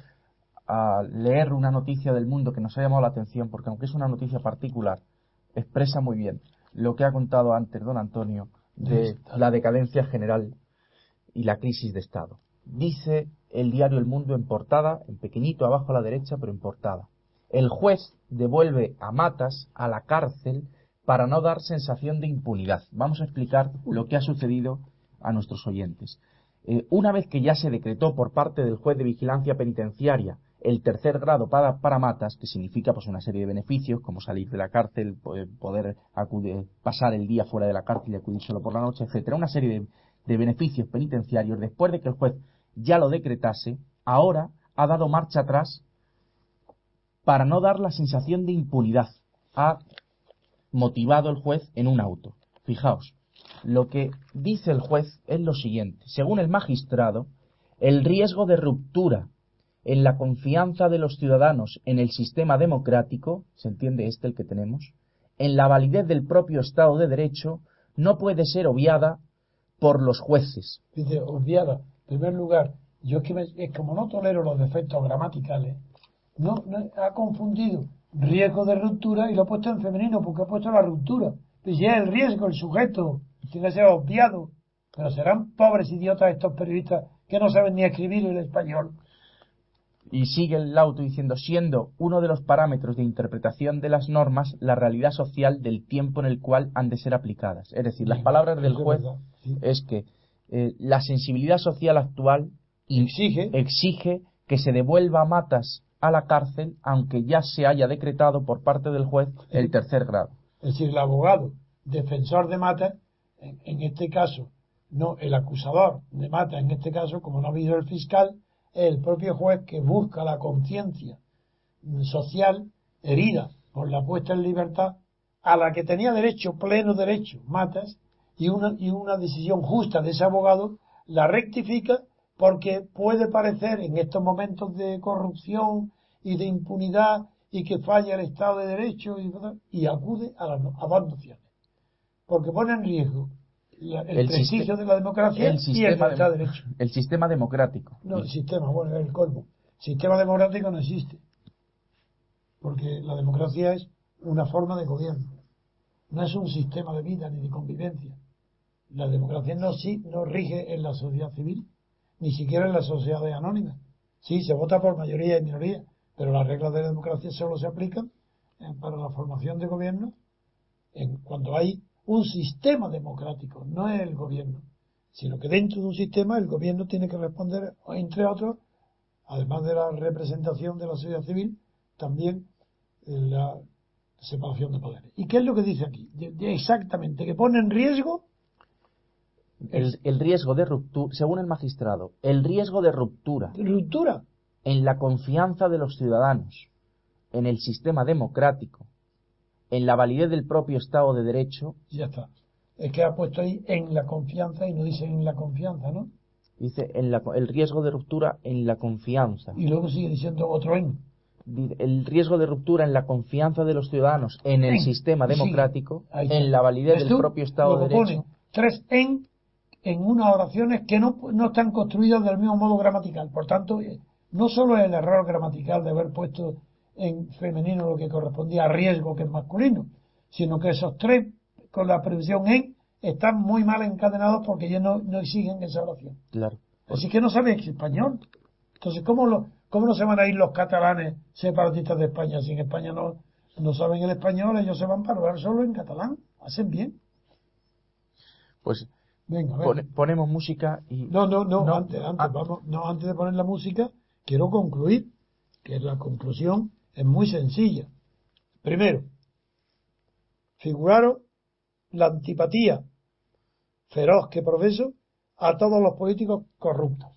leer una noticia del Mundo que nos ha llamado la atención porque aunque es una noticia particular, expresa muy bien lo que ha contado antes don Antonio de la decadencia general y la crisis de Estado. Dice el diario El Mundo en portada, en pequeñito abajo a la derecha, pero en portada: el juez devuelve a Matas a la cárcel para no dar sensación de impunidad. Vamos a explicar lo que ha sucedido a nuestros oyentes. Una vez que ya se decretó por parte del juez de vigilancia penitenciaria el tercer grado para Matas, que significa pues una serie de beneficios como salir de la cárcel, poder pasar el día fuera de la cárcel y acudir solo por la noche, etcétera, una serie de beneficios penitenciarios, después de que el juez ya lo decretase, ahora ha dado marcha atrás para no dar la sensación de impunidad. Ha motivado el juez en un auto. Fijaos, lo que dice el juez es lo siguiente: según el magistrado, el riesgo de ruptura en la confianza de los ciudadanos en el sistema democrático, se entiende el que tenemos, en la validez del propio Estado de Derecho, no puede ser obviada por los jueces.
Dice, obviada. En primer lugar, yo es que como no tolero los defectos gramaticales, no ha confundido riesgo de ruptura y lo ha puesto en femenino porque ha puesto la ruptura. Pues ya el riesgo, el sujeto, tiene que ser obviado. Pero serán pobres idiotas estos periodistas que no saben ni escribir el español.
Y sigue el auto diciendo, siendo uno de los parámetros de interpretación de las normas la realidad social del tiempo en el cual han de ser aplicadas. Es decir, las palabras del juez es que la sensibilidad social actual exige que se devuelva a Matas a la cárcel, aunque ya se haya decretado por parte del juez el tercer grado.
Es decir, el abogado defensor de Matas, en este caso, no el acusador de Matas, en este caso, como no ha habido el fiscal, es el propio juez que busca la conciencia social herida por la puesta en libertad a la que tenía derecho, pleno derecho, Matas, y una decisión justa de ese abogado la rectifica porque puede parecer en estos momentos de corrupción y de impunidad y que falla el Estado de Derecho y acude a dos nociones porque pone en riesgo el prestigio de la democracia y el Estado de Derecho.
El sistema democrático.
No, el sistema, bueno, es el colmo. Sistema democrático no existe. Porque la democracia es una forma de gobierno. No es un sistema de vida ni de convivencia. La democracia no rige en la sociedad civil, ni siquiera en las sociedades anónimas. Sí, se vota por mayoría y minoría, pero las reglas de la democracia solo se aplican para la formación de gobierno cuando hay un sistema democrático, no es el gobierno, sino que dentro de un sistema el gobierno tiene que responder, entre otros, además de la representación de la sociedad civil, también la separación de poderes. ¿Y qué es lo que dice aquí? Exactamente, que pone en riesgo
el riesgo de ruptura, según el magistrado, el riesgo de ruptura en la confianza de los ciudadanos, en el sistema democrático, en la validez del propio Estado de Derecho.
Ya está. Es que ha puesto ahí en la confianza y no dice en la confianza, ¿no?
Dice el riesgo de ruptura en la confianza.
Y luego sigue diciendo otro en.
El riesgo de ruptura en la confianza de los ciudadanos en el sistema democrático, en la validez del propio Estado de Derecho.
Pone tres en unas oraciones que no están construidas del mismo modo gramatical. Por tanto, no solo es el error gramatical de haber puesto en femenino lo que correspondía a riesgo, que es masculino, sino que esos tres con la preposición en están muy mal encadenados porque ya no exigen esa oración.
Claro.
Así que no saben español. Entonces, ¿cómo no se van a ir los catalanes separatistas de España? Si en España no saben el español, ellos se van para hablar solo en catalán. Hacen bien.
Pues
venga,
ponemos música y...
Antes de poner la música, quiero concluir, que la conclusión es muy sencilla. Primero, figuraros la antipatía feroz que profeso a todos los políticos corruptos.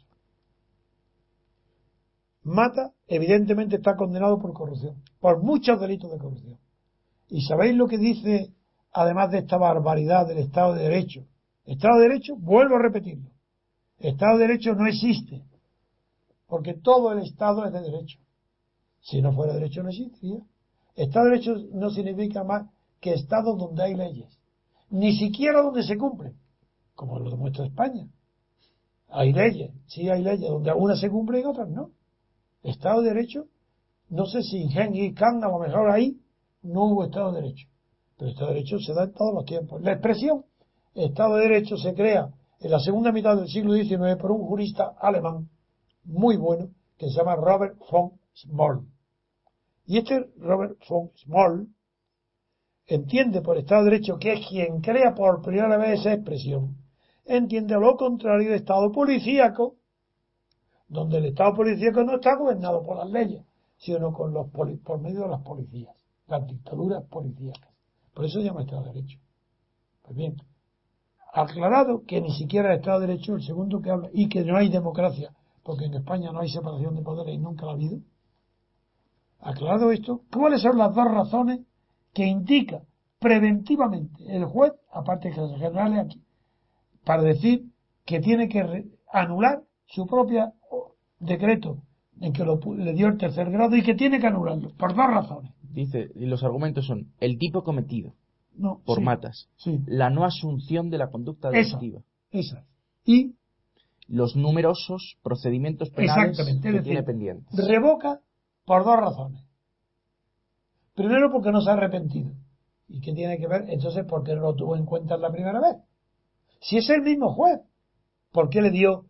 Mata, evidentemente, está condenado por corrupción, por muchos delitos de corrupción. ¿Y sabéis lo que dice, además de esta barbaridad del Estado de Derecho? Estado de Derecho, vuelvo a repetirlo, Estado de Derecho no existe, porque todo el Estado es de derecho. Si no fuera derecho no existiría. Estado de Derecho no significa más que Estado donde hay leyes, ni siquiera donde se cumplen, como lo demuestra España. Hay leyes, sí hay leyes, donde algunas se cumplen y otras no. Estado de Derecho, no sé si en Gengis Khan a lo mejor ahí no hubo Estado de Derecho, pero Estado de Derecho se da en todos los tiempos. La expresión Estado de Derecho se crea en la segunda mitad del siglo XIX por un jurista alemán muy bueno que se llama Robert von Small. Y este Robert von Small entiende por Estado de Derecho, que es quien crea por primera vez esa expresión, entiende lo contrario de Estado policíaco, donde el Estado policíaco no está gobernado por las leyes, sino por medio de las policías, las dictaduras policíacas. Por eso se llama Estado de Derecho. Pues bien, aclarado que ni siquiera el Estado de Derecho, el segundo que habla, y que no hay democracia, porque en España no hay separación de poderes y nunca la ha habido. Aclarado esto, ¿cuáles son las dos razones que indica preventivamente el juez, aparte de los generales aquí, para decir que tiene que anular su propio decreto en que le dio el tercer grado y que tiene que anularlo? Por dos razones.
Dice, y los argumentos son el tipo cometido por Matas, la no asunción de la conducta delictiva,
esa, y
los numerosos procedimientos penales que tiene pendientes.
Revoca Por dos razones. Primero, porque no se ha arrepentido. ¿Y qué tiene que ver? Entonces, ¿por qué no lo tuvo en cuenta la primera vez? Si es el mismo juez, ¿por qué le dio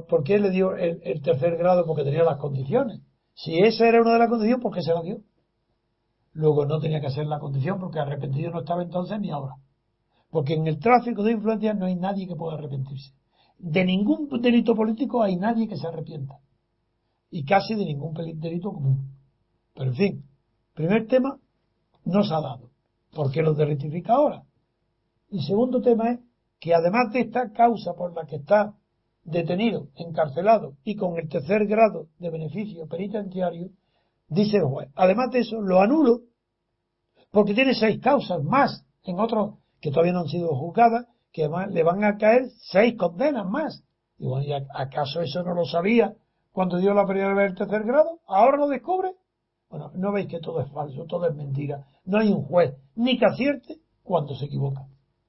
el tercer grado? Porque tenía las condiciones. Si esa era una de las condiciones, ¿por qué se la dio? Luego no tenía que ser la condición porque arrepentido no estaba entonces ni ahora. Porque en el tráfico de influencias no hay nadie que pueda arrepentirse. De ningún delito político hay nadie que se arrepienta. Y casi de ningún delito común. Pero en fin, primer tema, no se ha dado. ¿Por qué lo de rectifica ahora? Y segundo tema es que además de esta causa por la que está detenido, encarcelado y con el tercer grado de beneficio penitenciario, dice el juez, además de eso, lo anulo porque tiene 6 causas más en otros que todavía no han sido juzgadas, que además le van a caer 6 condenas más. Y bueno, ¿y acaso eso no lo sabía cuando dio la primera vez el tercer grado? ¿Ahora lo descubre? Bueno, ¿no veis que todo es falso, todo es mentira? No hay un juez ni que acierte cuando se equivoca.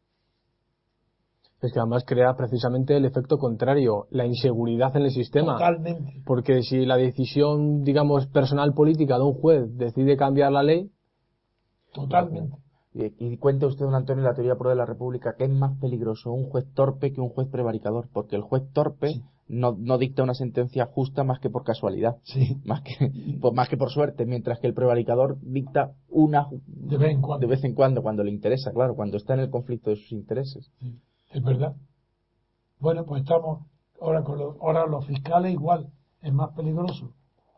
Es que además crea precisamente el efecto contrario, la inseguridad en el sistema.
Totalmente.
Porque si la decisión, digamos, personal política de un juez decide cambiar la ley...
Totalmente.
Y cuente usted, don Antonio, la teoría pro de la República, ¿qué es más peligroso, un juez torpe que un juez prevaricador? Porque el juez torpe
sí.
no dicta una sentencia justa más que por casualidad,
sí.
más que por suerte, mientras que el prevaricador dicta una
de vez en cuando,
cuando le interesa, claro, cuando está en el conflicto de sus intereses.
Sí, es verdad. Bueno, pues estamos ahora los fiscales igual, es más peligroso.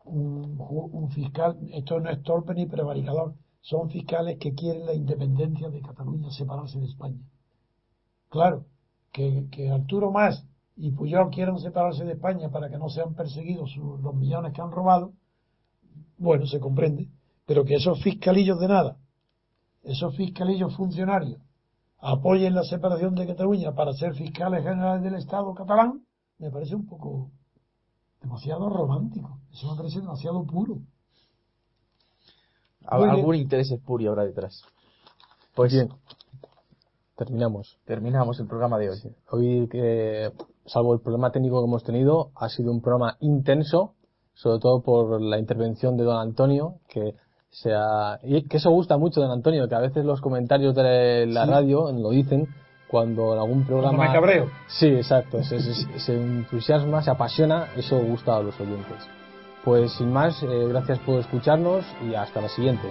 Un fiscal, esto no es torpe ni prevaricador, son fiscales que quieren la independencia de Cataluña, separarse de España. Claro, que Arturo Mas y Pujol quieran separarse de España para que no sean perseguidos los millones que han robado, bueno, se comprende, pero que esos fiscalillos de nada, esos fiscalillos funcionarios, apoyen la separación de Cataluña para ser fiscales generales del Estado catalán, me parece un poco demasiado romántico, eso me parece demasiado puro.
Algún interés espurio habrá detrás.
Pues bien, terminamos
el programa de hoy.
Sí. Hoy, salvo el problema técnico que hemos tenido, ha sido un programa intenso, sobre todo por la intervención de don Antonio, y que eso gusta mucho, don Antonio, que a veces los comentarios de la radio lo dicen cuando en algún programa...
Cuando me cabreo.
Sí, exacto, se entusiasma, se apasiona, eso gusta a los oyentes. Pues sin más, gracias por escucharnos y hasta la siguiente.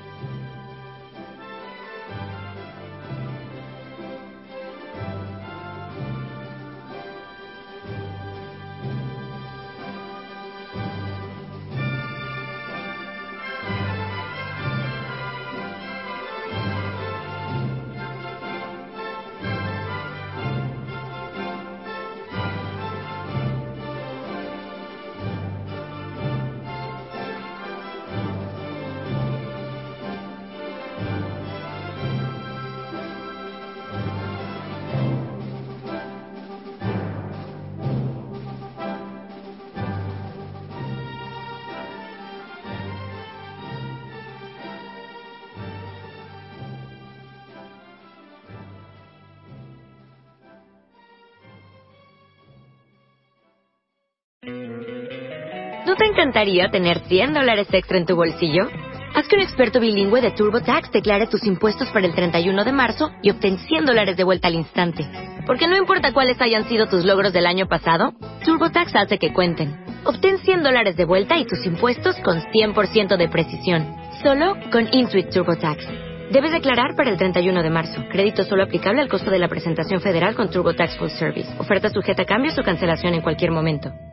¿No te encantaría tener $100 extra en tu bolsillo? Haz que un experto bilingüe de TurboTax declare tus impuestos para el 31 de marzo y obtén $100 de vuelta al instante. Porque no importa cuáles hayan sido tus logros del año pasado, TurboTax hace que cuenten. Obtén $100 de vuelta y tus impuestos con 100% de precisión. Solo con Intuit TurboTax. Debes declarar para el 31 de marzo. Crédito solo aplicable al costo de la presentación federal con TurboTax Full Service. Oferta sujeta a cambios o cancelación en cualquier momento.